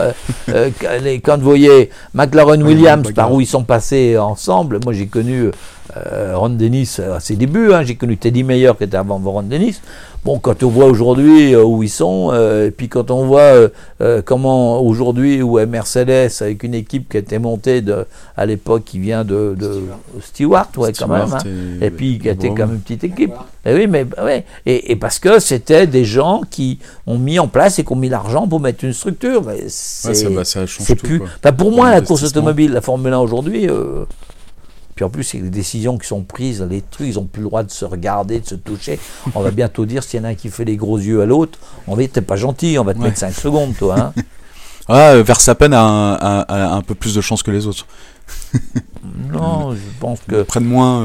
quand vous voyez McLaren Williams, par où ils sont passés ensemble, moi j'ai connu Ron Dennis à ses débuts. J'ai connu Teddy Meyer qui était avant Ron Dennis. Bon, quand on voit aujourd'hui où ils sont, et puis quand on voit comment aujourd'hui où est Mercedes avec une équipe qui a été montée à l'époque qui vient de Stewart, quand même, et puis qui a été quand même une petite équipe. Et oui, mais et parce que c'était des gens qui ont mis en place et qui ont mis l'argent pour mettre une structure. Mais ça change tout. Plus. Pour moi, la course automobile, la Formule 1 aujourd'hui. Puis en plus, les décisions qui sont prises, les trucs, ils n'ont plus le droit de se regarder, de se toucher. On va bientôt dire, s'il y en a un qui fait les gros yeux à l'autre, on va dire, t'es pas gentil, on va te mettre 5 secondes, toi. Hein. Verstappen a un peu plus de chance que les autres. Non, je pense que... Ils prennent moins...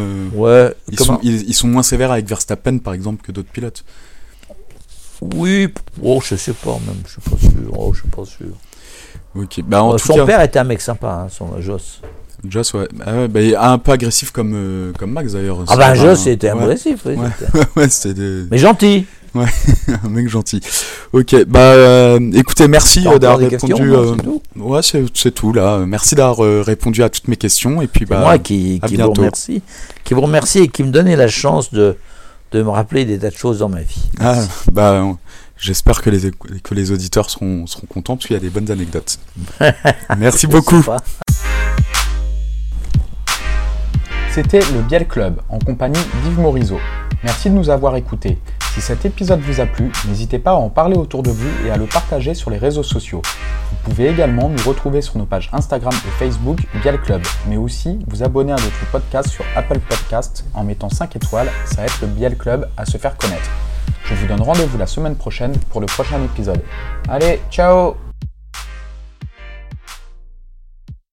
ils sont moins sévères avec Verstappen, par exemple, que d'autres pilotes. Oui, je sais pas même, je suis pas sûr. Ok. Son père était un mec sympa, son Joss. Joss, ouais. Un peu agressif comme Max d'ailleurs. Joss c'était agressif. Oui, ouais, c'était mais gentil. Ouais, un mec gentil. Ok, écoutez, merci d'avoir répondu. Ouais, c'est tout là. Merci d'avoir répondu à toutes mes questions et puis moi qui vous remercie et qui me donnait la chance de me rappeler des tas de choses dans ma vie. J'espère que les auditeurs seront contents parce qu'il y a des bonnes anecdotes. Merci beaucoup. C'était le Biel Club en compagnie d'Yves Morisot. Merci de nous avoir écoutés. Si cet épisode vous a plu, n'hésitez pas à en parler autour de vous et à le partager sur les réseaux sociaux. Vous pouvez également nous retrouver sur nos pages Instagram et Facebook Biel Club, mais aussi vous abonner à notre podcast sur Apple Podcasts en mettant 5 étoiles, ça aide le Biel Club à se faire connaître. Je vous donne rendez-vous la semaine prochaine pour le prochain épisode. Allez, ciao!